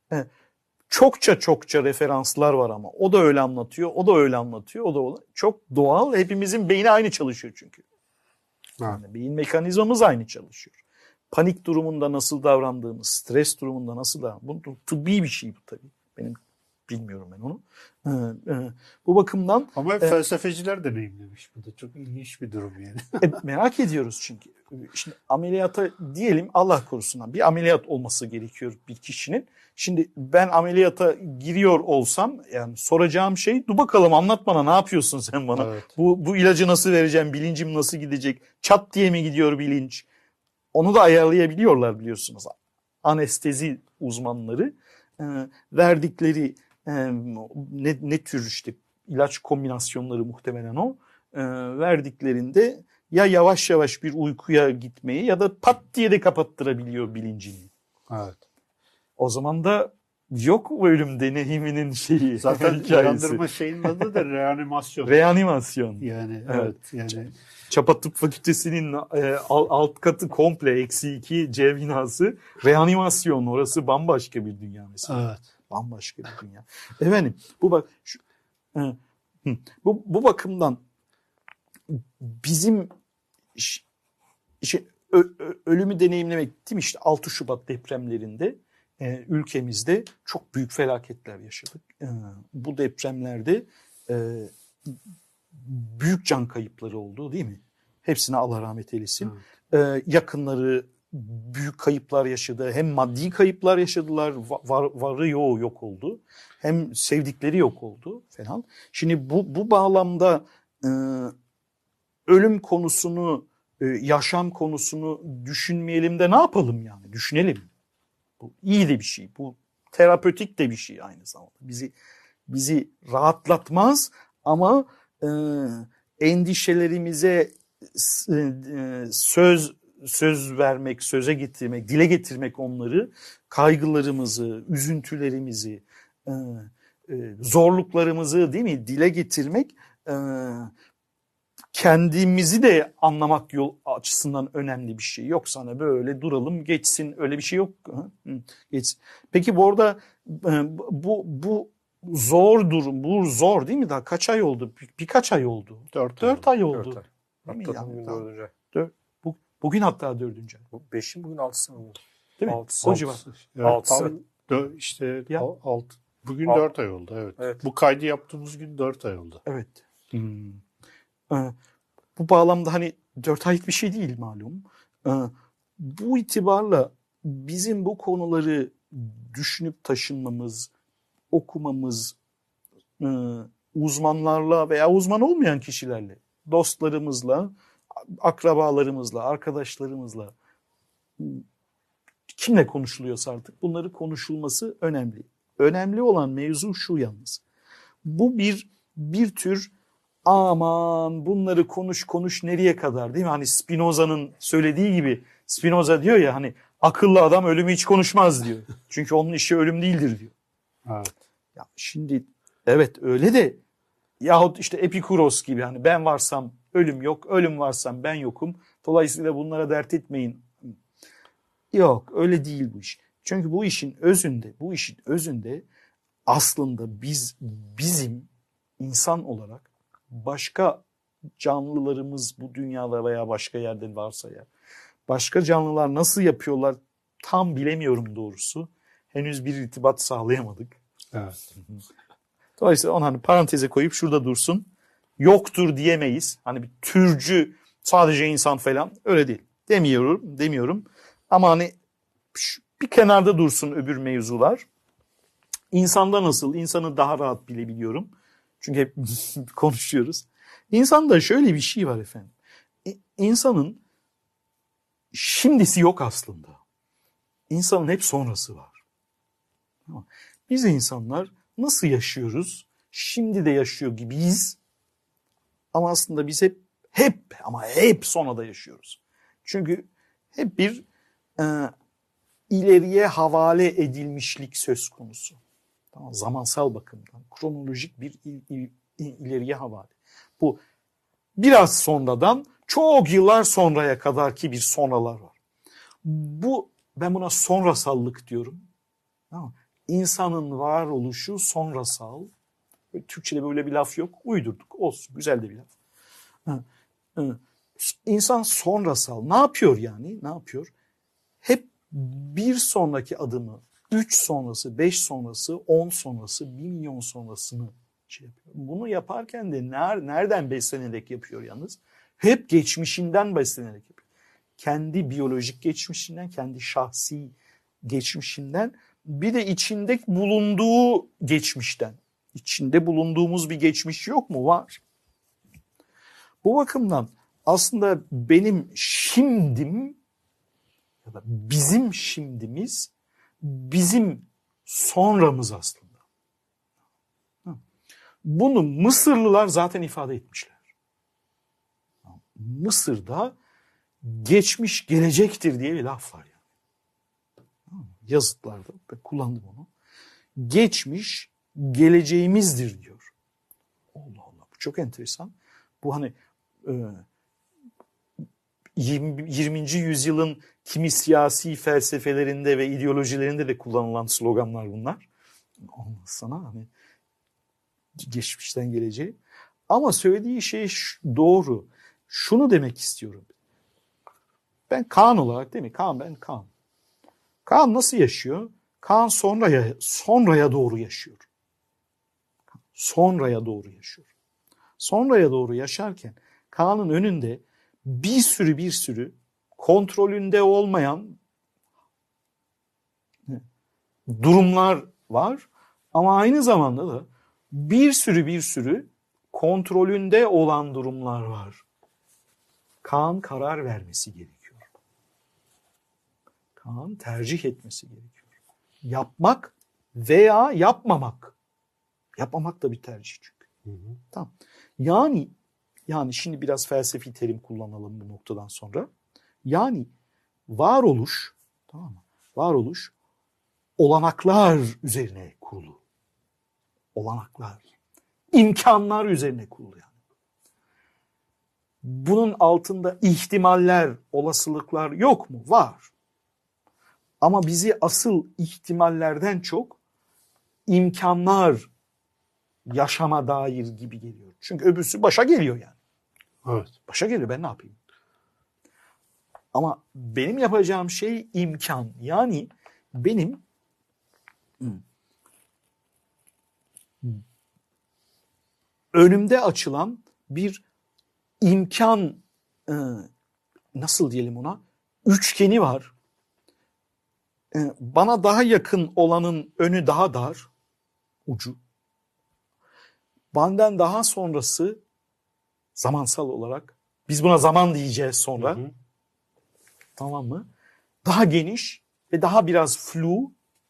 Çokça referanslar var ama o da öyle anlatıyor, o da öyle anlatıyor, o da çok doğal. Hepimizin beyni aynı çalışıyor çünkü. Yani beyin mekanizmamız aynı çalışıyor. Panik durumunda nasıl davrandığımız, stres durumunda nasıl davrandığımız, bu tıbbi bir şey bu tabii. Benim bilmiyorum ben onu. Bu bakımdan... Ama felsefeciler deneyimlemiş. Bu da çok ilginç bir durum yani. Merak ediyoruz çünkü. Şimdi ameliyata diyelim, Allah korusun bir ameliyat olması gerekiyor bir kişinin. Şimdi ben ameliyata giriyor olsam yani soracağım şey, dur bakalım anlat bana, ne yapıyorsun sen bana? Evet. Bu ilacı nasıl vereceğim? Bilincim nasıl gidecek? Çat diye mi gidiyor bilinç? Onu da ayarlayabiliyorlar biliyorsunuz. Anestezi uzmanları verdikleri ne tür işte ilaç kombinasyonları muhtemelen o. Verdiklerinde ya yavaş yavaş bir uykuya gitmeyi ya da pat diye de kapattırabiliyor bilincini. Evet. O zaman da yok ölüm deneyiminin şeyi. Zaten uyandırma şeyinin adı da reanimasyon. Reanimasyon. Yani evet yani. Çapa Tıp Fakültesi'nin alt katı komple -2 C binası reanimasyon. Orası bambaşka bir dünya mesela. Evet. Bambaşka bir dünya. Efendim bu bakımdan bizim ölümü deneyimlemek, değil mi? İşte 6 Şubat depremlerinde ülkemizde çok büyük felaketler yaşadık. Bu depremlerde büyük can kayıpları oldu, değil mi? Hepsine Allah rahmet eylesin. Yakınları büyük kayıplar yaşadı. Hem maddi kayıplar yaşadılar, varı yoğu yok oldu. Hem sevdikleri yok oldu falan. Şimdi bu bağlamda ölüm konusunu, yaşam konusunu düşünmeyelim de ne yapalım yani? Düşünelim. Bu iyi de bir şey. Bu terapötik de bir şey aynı zamanda. Bizi rahatlatmaz ama endişelerimize söz vermek, söze getirmek, dile getirmek onları, kaygılarımızı, üzüntülerimizi, zorluklarımızı, değil mi, dile getirmek, kendimizi de anlamak yol açısından önemli bir şey. Yoksa hani böyle duralım geçsin, öyle bir şey yok. Geçsin. Peki bu arada bu zor durum, bu zor değil mi? Daha kaç ay oldu? Birkaç ay oldu. 4 ay oldu. 4 ay. Hatta bugün 4. ay. Bugün hatta 4. ay. 5'in bugün 6'sı mı? Değil mi? 6'sı. O civar. Evet, 6'sı. işte Ya. 6. Bugün 4 ay oldu. Evet. Bu kaydı yaptığımız gün 4 ay oldu. Evet. Bu bağlamda hani 4 aylık bir şey değil malum. Bu itibarla bizim bu konuları düşünüp taşınmamız, okumamız, uzmanlarla veya uzman olmayan kişilerle, dostlarımızla, akrabalarımızla, arkadaşlarımızla, kimle konuşuluyorsa artık bunları konuşulması önemli. Önemli olan mevzu şu yalnız. Bu bir tür aman bunları konuş nereye kadar, değil mi? Hani Spinoza'nın söylediği gibi, Spinoza diyor ya hani akıllı adam ölümü hiç konuşmaz diyor. Çünkü onun işi ölüm değildir diyor. Evet. Ya şimdi evet öyle de yahut işte Epikuros gibi hani ben varsam ölüm yok, ölüm varsam ben yokum. Dolayısıyla bunlara dert etmeyin. Yok öyle değil bu iş. Çünkü bu işin özünde aslında bizim insan olarak başka canlılarımız bu dünyada veya başka yerde varsa ya başka canlılar nasıl yapıyorlar tam bilemiyorum doğrusu. Henüz bir irtibat sağlayamadık. Evet. Dolayısıyla onu hani paranteze koyup şurada dursun. Yoktur diyemeyiz. Hani bir türcü sadece insan falan öyle değil. Demiyorum. Ama hani bir kenarda dursun öbür mevzular. İnsanda nasıl? İnsanı daha rahat bilebiliyorum. Çünkü hep konuşuyoruz. İnsanda şöyle bir şey var efendim. İnsanın şimdisi yok aslında. İnsanın hep sonrası var. Biz insanlar nasıl yaşıyoruz? Şimdi de yaşıyor gibiyiz. Ama aslında biz hep sonrada yaşıyoruz. Çünkü hep bir ileriye havale edilmişlik söz konusu. Tamam, zamansal bakımdan kronolojik bir ileriye havale. Bu biraz sonradan çok yıllar sonraya kadarki bir sonralar var. Ben buna sonrasallık diyorum. Tamam. İnsanın varoluşu sonrasal. Türkçe'de böyle bir laf yok. Uydurduk. Olsun. Güzel de bir laf. İnsan sonrasal. Ne yapıyor yani? Ne yapıyor? Hep bir sonraki adımı 3 sonrası, 5 sonrası, 10 sonrası, 1 milyon sonrasını şey yapıyor. Bunu yaparken de nereden beslenerek yapıyor yalnız? Hep geçmişinden beslenerek yapıyor. Kendi biyolojik geçmişinden, kendi şahsi geçmişinden, bir de içinde bulunduğu geçmişten. İçinde bulunduğumuz bir geçmiş yok mu? Var. Bu bakımdan aslında benim şimdim ya da bizim şimdimiz bizim sonramız aslında. Bunu Mısırlılar zaten ifade etmişler. Mısır'da geçmiş gelecektir diye bir laf var yani. Yazıtlarda ben kullandım onu. Geçmiş geleceğimizdir diyor. Allah Allah, bu çok enteresan. Bu hani 20. yüzyılın kimi siyasi felsefelerinde ve ideolojilerinde de kullanılan sloganlar bunlar. Ondan sana hani geçmişten geleceği. Ama söylediği şey doğru. Şunu demek istiyorum. Ben Kaan olarak, değil mi? Ben Kaan. Kaan nasıl yaşıyor? Kaan sonraya doğru yaşıyor. Sonraya doğru yaşıyor. Sonraya doğru yaşarken Kaan'ın önünde bir sürü kontrolünde olmayan durumlar var. Ama aynı zamanda da bir sürü kontrolünde olan durumlar var. Kaan karar vermesi gerekiyor. Kaan tercih etmesi gerekiyor. Yapmak veya yapmamak. Yapmamak da bir tercih çünkü. Tamam. Yani şimdi biraz felsefi terim kullanalım bu noktadan sonra. Yani varoluş, tamam mı? Varoluş olanaklar üzerine kurulu. Olanaklar, imkanlar üzerine kurulu yani. Bunun altında ihtimaller, olasılıklar yok mu? Var. Ama bizi asıl ihtimallerden çok imkanlar yaşama dair gibi geliyor. Çünkü öbürsü başa geliyor yani. Evet. Başa geliyor, ben ne yapayım? Ama benim yapacağım şey imkan. Yani benim önümde açılan bir imkan, nasıl diyelim ona, üçgeni var. Bana daha yakın olanın önü daha dar, ucu. Benden daha sonrası zamansal olarak, biz buna zaman diyeceğiz sonra. Hı hı. Tamam mı? Daha geniş ve daha biraz flu.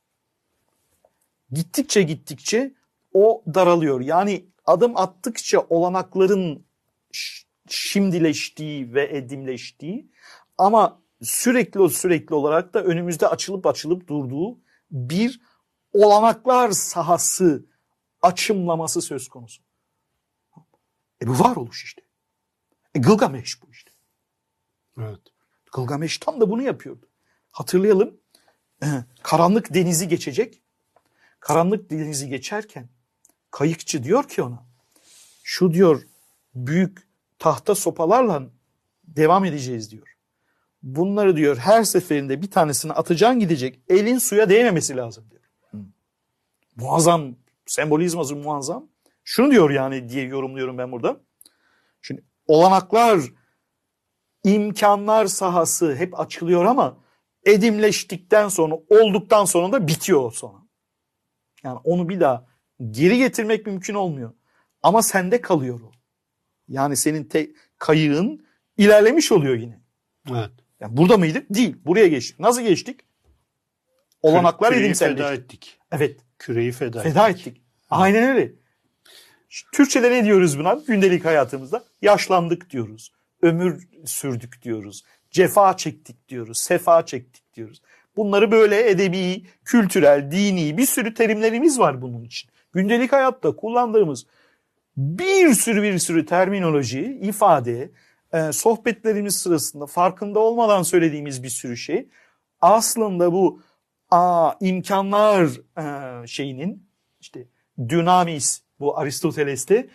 Gittikçe o daralıyor. Yani adım attıkça olanakların şimdileştiği ve edimleştiği ama sürekli olarak da önümüzde açılıp durduğu bir olanaklar sahası açımlaması söz konusu. Bu varoluş işte. Gılgameş bu işte. Evet. Gılgameş tam da bunu yapıyordu. Hatırlayalım. Karanlık denizi geçecek. Karanlık denizi geçerken kayıkçı diyor ki ona, şu diyor büyük tahta sopalarla devam edeceğiz diyor. Bunları diyor her seferinde bir tanesini atacaksın gidecek. Elin suya değmemesi lazım diyor. Muazzam, sembolizması muazzam. Şunu diyor yani diye yorumluyorum ben burada. Şimdi olanaklar, imkanlar sahası hep açılıyor ama edimleştikten sonra, olduktan sonra da bitiyor sonra. Yani onu bir daha geri getirmek mümkün olmuyor. Ama sende kalıyor o. Yani senin kayığın ilerlemiş oluyor yine. Evet. Yani burada mıydık? Değil. Buraya geçtik. Nasıl geçtik? Olanaklar Küreyi edimselleşti. feda ettik. Evet. Küreyi feda Feda ettik. Aynen öyle. Türkçe'de ne diyoruz buna? Gündelik hayatımızda yaşlandık diyoruz. Ömür sürdük diyoruz. Cefa çektik diyoruz. Sefa çektik diyoruz. Bunları böyle edebi, kültürel, dini bir sürü terimlerimiz var bunun için. Gündelik hayatta kullandığımız bir sürü terminoloji, ifade, sohbetlerimiz sırasında farkında olmadan söylediğimiz bir sürü şey aslında bu imkanlar şeyinin işte dynamis, bu Aristoteles'te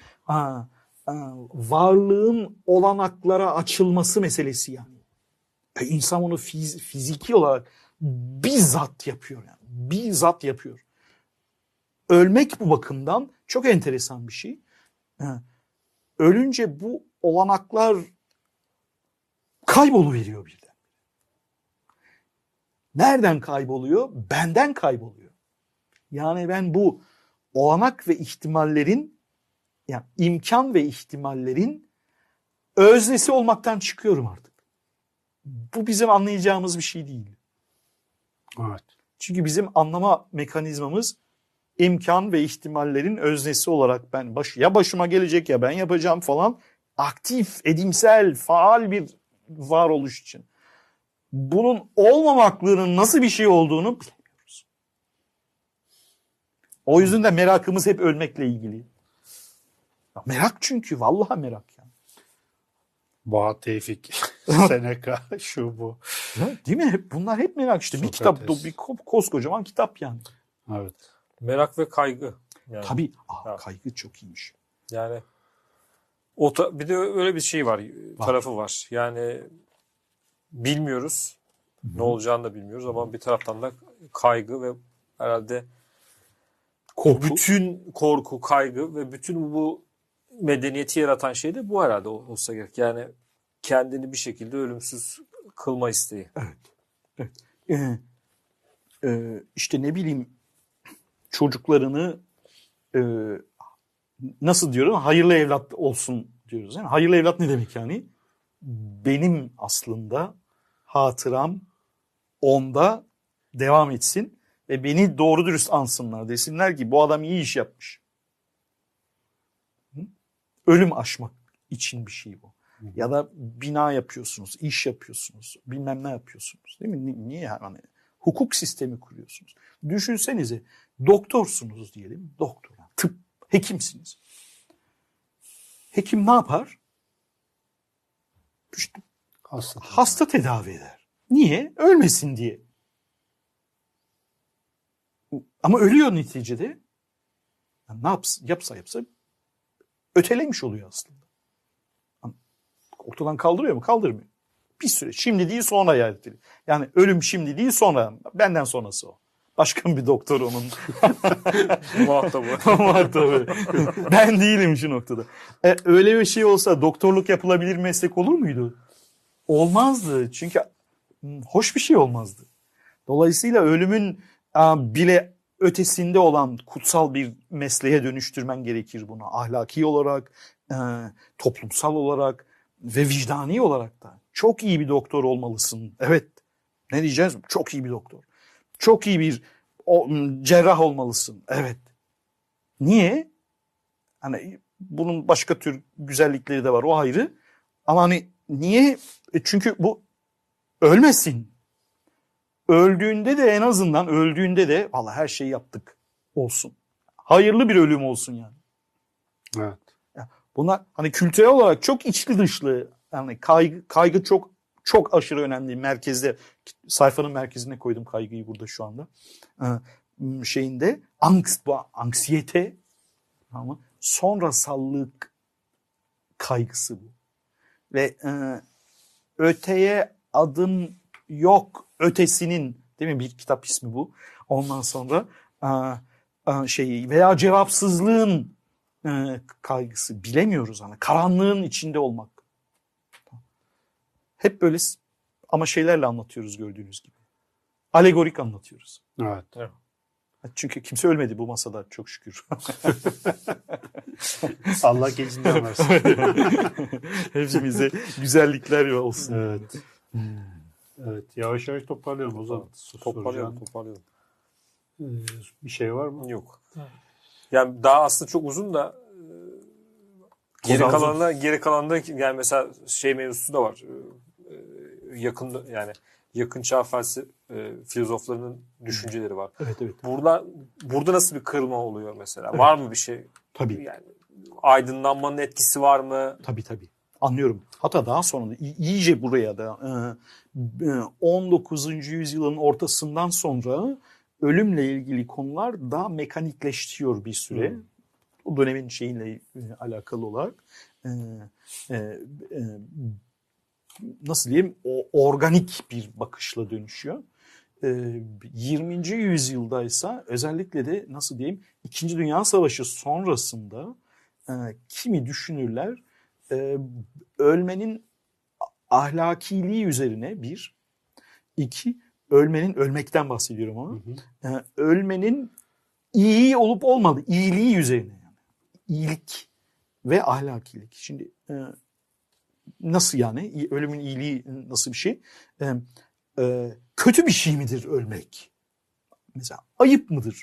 varlığın olanaklara açılması meselesi yani. İnsan onu fiziki olarak bizzat yapıyor yani. Bizzat yapıyor. Ölmek bu bakımdan çok enteresan bir şey. Ölünce bu olanaklar kayboluveriyor birden. Nereden kayboluyor? Benden kayboluyor. Yani ben bu olanak ve ihtimallerin, yani imkan ve ihtimallerin öznesi olmaktan çıkıyorum artık. Bu bizim anlayacağımız bir şey değil. Evet. Çünkü bizim anlama mekanizmamız imkan ve ihtimallerin öznesi olarak ben ya başıma gelecek ya ben yapacağım falan aktif, edimsel, faal bir varoluş için. Bunun olmamaklığının nasıl bir şey olduğunu bilemiyoruz. O yüzden de merakımız hep ölmekle ilgili. Ya merak çünkü vallahi merak yani. Baha Tevfik, Seneca, şu bu. Değil mi? Bunlar hep merak işte. Bir kitap, bir koskocaman kitap yani. Evet. Merak ve kaygı. Yani. Tabii. Kaygı çok iyiymiş. Yani bir de öyle bir şey var. Tarafı var. Yani bilmiyoruz. Hı-hı. Ne olacağını da bilmiyoruz ama bir taraftan da kaygı ve herhalde bütün korku, kaygı ve bütün bu medeniyeti yaratan şey de bu herhalde olsa gerek. Yani kendini bir şekilde ölümsüz kılma isteği. Evet. İşte ne bileyim çocuklarını nasıl diyorum? Hayırlı evlat olsun diyoruz. Yani hayırlı evlat ne demek yani? Benim aslında hatıram onda devam etsin ve beni doğru dürüst ansınlar. Desinler ki bu adam iyi iş yapmış. Ölüm aşmak için bir şey bu. Ya da bina yapıyorsunuz, iş yapıyorsunuz, bilmem ne yapıyorsunuz. Değil mi? Niye yani? Hukuk sistemi kuruyorsunuz. Düşünsenize doktorsunuz diyelim. Doktor, tıp, hekimsiniz. Hekim ne yapar? İşte hasta tedavi eder. Niye? Ölmesin diye. Ama ölüyor neticede. Yani ne yapsa ötelemiş oluyor aslında. Ortadan kaldırıyor mu? Kaldırmıyor. Bir süre. Şimdi değil sonra yani. Yani ölüm şimdi değil sonra. Benden sonrası o. Başka bir doktor onun. Muhatabı. Ben değilim şu noktada. Öyle bir şey olsa doktorluk yapılabilir meslek olur muydu? Olmazdı. Çünkü hoş bir şey olmazdı. Dolayısıyla ölümün bile ötesinde olan kutsal bir mesleğe dönüştürmen gerekir bunu. Ahlaki olarak, toplumsal olarak ve vicdani olarak da. Çok iyi bir doktor olmalısın. Evet. Ne diyeceğiz? Çok iyi bir doktor. Çok iyi bir cerrah olmalısın. Evet. Niye? Hani bunun başka tür güzellikleri de var. O ayrı. Ama hani niye? Çünkü bu ölmesin. Öldüğünde de en azından öldüğünde de vallahi her şeyi yaptık olsun. Hayırlı bir ölüm olsun yani. Evet. Buna hani kültürel olarak çok içli dışlı, yani kaygı çok aşırı önemli. Merkezde, sayfanın merkezine koydum kaygıyı burada şu anda. Şeyinde anksiyete ama sonrasallık kaygısı bu. Ve öteye adım yok ötesinin, değil mi, bir kitap ismi bu. Ondan sonra veya cevapsızlığın kaygısı, bilemiyoruz hani, karanlığın içinde olmak. Hep böyle ama şeylerle anlatıyoruz gördüğünüz gibi. Alegorik anlatıyoruz. Evet. Çünkü kimse ölmedi bu masada çok şükür. Allah gecinden versin. Hepimize güzellikler olsun. Evet. Evet. Yavaş yavaş toparlayalım o zaman. Toparlayalım. Bir şey var mı? Yok. Yani daha aslında çok uzun da geri kalanında yani mesela şey mevzusu da var. Yakın çağ filozoflarının düşünceleri var. Evet. Burada nasıl bir kırılma oluyor mesela? Evet. Var mı bir şey? Tabii. Yani aydınlanmanın etkisi var mı? Tabii. Anlıyorum. Hatta daha sonra da iyice buraya da 19. yüzyılın ortasından sonra ölümle ilgili konular daha mekanikleşiyor bir süre. O dönemin şeyiyle alakalı olarak. Nasıl diyeyim? O organik bir bakışla dönüşüyor. 20. yüzyıldaysa özellikle de nasıl diyeyim? 2. Dünya Savaşı sonrasında kimi düşünürler ölmenin ahlakiliği üzerine bir, iki, ölmekten bahsediyorum ama ölmenin iyi olup olmadığı, iyiliği üzerine yani. İyilik ve ahlakilik. Şimdi nasıl yani? Ölümün iyiliği nasıl bir şey? Kötü bir şey midir ölmek? Mesela ayıp mıdır?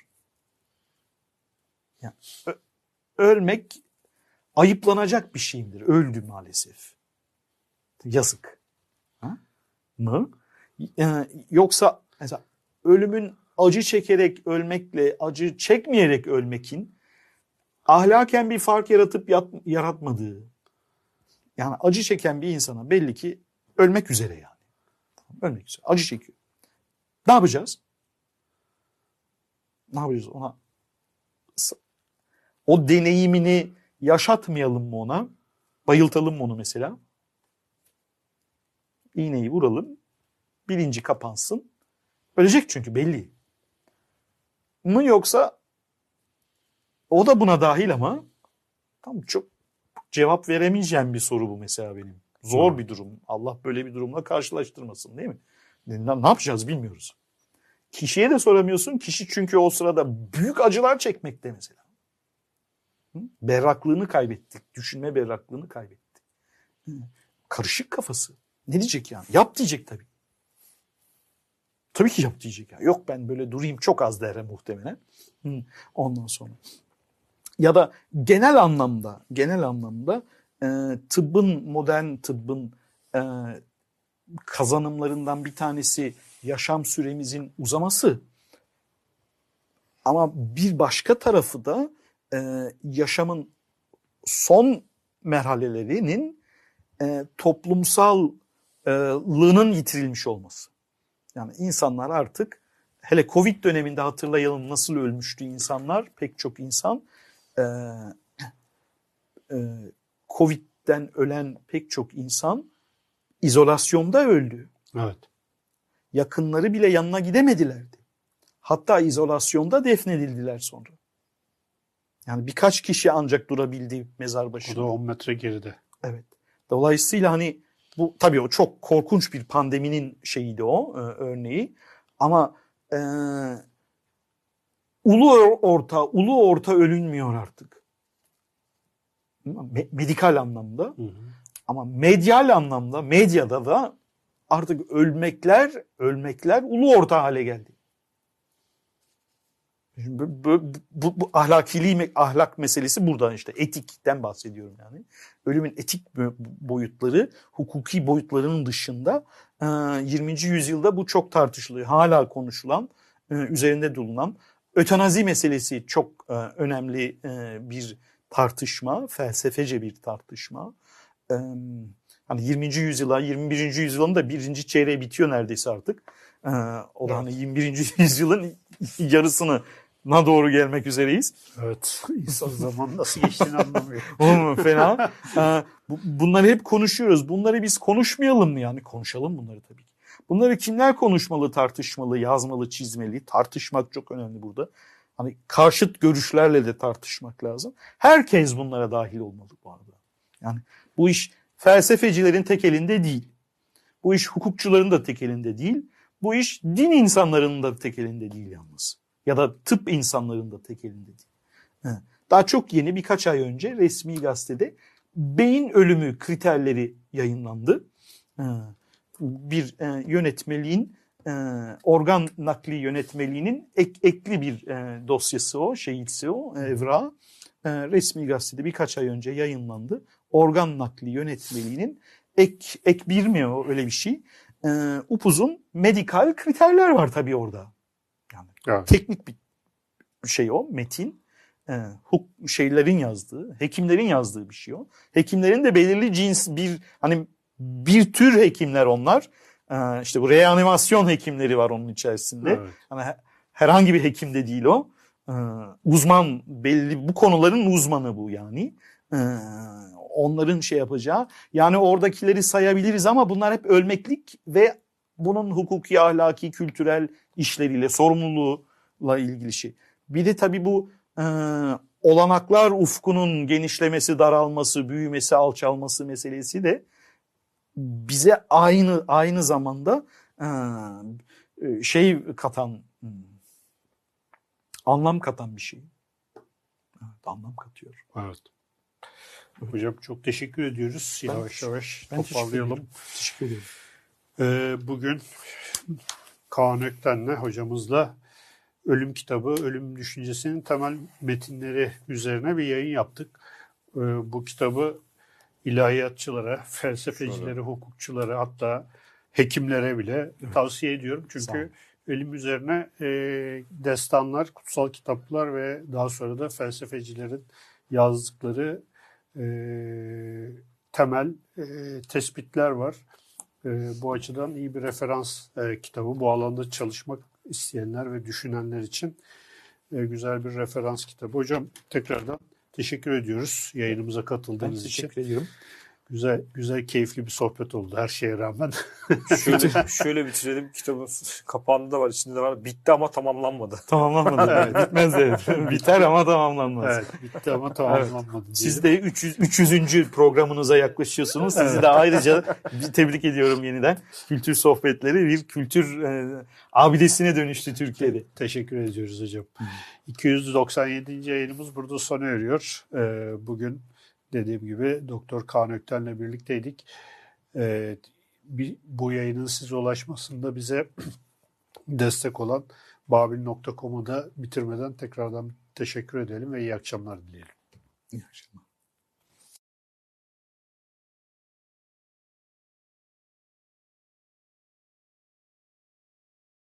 Yani, ölmek ayıplanacak bir şey midir? Öldü maalesef. Yazık. Mı? Yoksa mesela ölümün acı çekerek ölmekle acı çekmeyerek ölmekin ahlaken bir fark yaratmadığı. Yani acı çeken bir insana belli ki ölmek üzere yani. Ölmek üzere. Acı çekiyor. Ne yapacağız? Ne yapacağız ona? O deneyimini yaşatmayalım mı ona? Bayıltalım mı onu mesela? İğneyi vuralım. Bilinci kapansın. Ölecek çünkü belli. Mı yoksa o da buna dahil ama tam çok cevap veremeyeceğim bir soru bu mesela benim. Zor bir durum. Allah böyle bir durumla karşılaştırmasın, değil mi? Ne yapacağız bilmiyoruz. Kişiye de soramıyorsun. Kişi çünkü o sırada büyük acılar çekmekte mesela. Berraklığını kaybetti. Düşünme berraklığını kaybetti. Karışık kafası. Ne diyecek yani? Yap diyecek tabii. Tabii ki yap diyecek. Yani. Yok ben böyle durayım çok az der muhtemelen. Ondan sonra. Ya da genel anlamda modern tıbbın kazanımlarından bir tanesi yaşam süremizin uzaması. Ama bir başka tarafı da yaşamın son merhalelerinin toplumsallığının yitirilmiş olması. Yani insanlar artık, hele Covid döneminde hatırlayalım nasıl ölmüştü insanlar, pek çok insan. Covid'den ölen pek çok insan izolasyonda öldü. Evet. Yakınları bile yanına gidemedilerdi. Hatta izolasyonda defnedildiler sonra. Yani birkaç kişi ancak durabildi mezar başında. O da 10 metre geride. Evet. Dolayısıyla hani bu tabii o çok korkunç bir pandeminin şeyiydi o örneği. Ama ulu orta ölünmüyor artık. Medikal anlamda. Hı hı. Ama medyal anlamda, medyada da artık ölmekler ulu orta hale geldi. Bu ahlak meselesi buradan işte etikten bahsediyorum yani. Ölümün etik boyutları, hukuki boyutlarının dışında 20. yüzyılda bu çok tartışılıyor. Hala konuşulan, üzerinde durulan ötenazi meselesi çok önemli bir tartışma, felsefece bir tartışma. Hani 20. yüzyıla, 21. yüzyılın da birinci çeyreği bitiyor neredeyse artık. O da hani 21. yüzyılın yarısına doğru gelmek üzereyiz. Evet. İnsan zaman nasıl geçtiğini anlamıyor. Oğlum fena. Bunları hep konuşuyoruz. Bunları biz konuşmayalım mı? Yani konuşalım bunları tabii ki. Bunları kimler konuşmalı, tartışmalı, yazmalı, çizmeli? Tartışmak çok önemli burada. Hani karşıt görüşlerle de tartışmak lazım. Herkes bunlara dahil olmalı bu arada. Yani bu iş felsefecilerin tek elinde değil. Bu iş hukukçuların da tek elinde değil. Bu iş din insanlarının da tek elinde değil yalnız. Ya da tıp insanlarının da tek elinde değil. Daha çok yeni birkaç ay önce resmi gazetede beyin ölümü kriterleri yayınlandı. Bir yönetmeliğin, organ nakli yönetmeliğinin ekli bir dosyası o, evrağı. Resmi gazetede birkaç ay önce yayınlandı. Organ nakli yönetmeliğinin ek bir mi o öyle bir şey. Upuzun medikal kriterler var tabii orada. Yani Evet. teknik bir şey o metin. Şeylerin yazdığı, hekimlerin yazdığı bir şey o. Hekimlerin de belirli cins bir tür hekimler onlar. İşte bu reanimasyon hekimleri var onun içerisinde. Evet. Hani herhangi bir hekim de değil o. Uzman, belli bu konuların uzmanı bu yani. Onların şey yapacağı. Yani oradakileri sayabiliriz ama bunlar hep ölmeklik ve bunun hukuki, ahlaki, kültürel işleriyle, sorumluluğuyla ilgili şey. Bir de tabii bu olanaklar ufkunun genişlemesi, daralması, büyümesi, alçalması meselesi de bize aynı zamanda anlam katan bir şey. Evet, anlam katıyor. Evet. Hocam çok teşekkür ediyoruz. Yavaş yavaş toparlayalım. Teşekkür ederim. Bugün Kaan Ökten'le hocamızla Ölüm kitabı, ölüm düşüncesinin temel metinleri üzerine bir yayın yaptık. Bu kitabı ilahiyatçılara, felsefecilere, hukukçulara, hatta hekimlere bile tavsiye ediyorum. Çünkü ölüm üzerine destanlar, kutsal kitaplar ve daha sonra da felsefecilerin yazdıkları temel tespitler var. Bu açıdan iyi bir referans kitabı. Bu alanda çalışmak isteyenler ve düşünenler için güzel bir referans kitabı. Hocam tekrardan teşekkür ediyoruz yayınımıza katıldığınız için. Teşekkür ediyorum. Güzel, keyifli bir sohbet oldu her şeye rağmen. Şöyle bitirelim. Kitabın kapağında da var, içinde de var. Bitti ama tamamlanmadı. Tamamlanmadı. Evet, bitmez evet. Biter ama tamamlanmaz. Evet, bitti ama tamamlanmadı. Evet. Siz de 300. programınıza yaklaşıyorsunuz. Sizi de ayrıca tebrik ediyorum yeniden. Kültür sohbetleri bir kültür abidesine dönüştü Türkiye'de. Teşekkür ediyoruz hocam. 297. yayınımız burada sona eriyor. Bugün dediğim gibi Doktor Kaan Ökten'le birlikteydik. Bu yayının size ulaşmasında bize destek olan babil.com'u da bitirmeden tekrardan teşekkür edelim ve iyi akşamlar dileyelim. İyi akşamlar.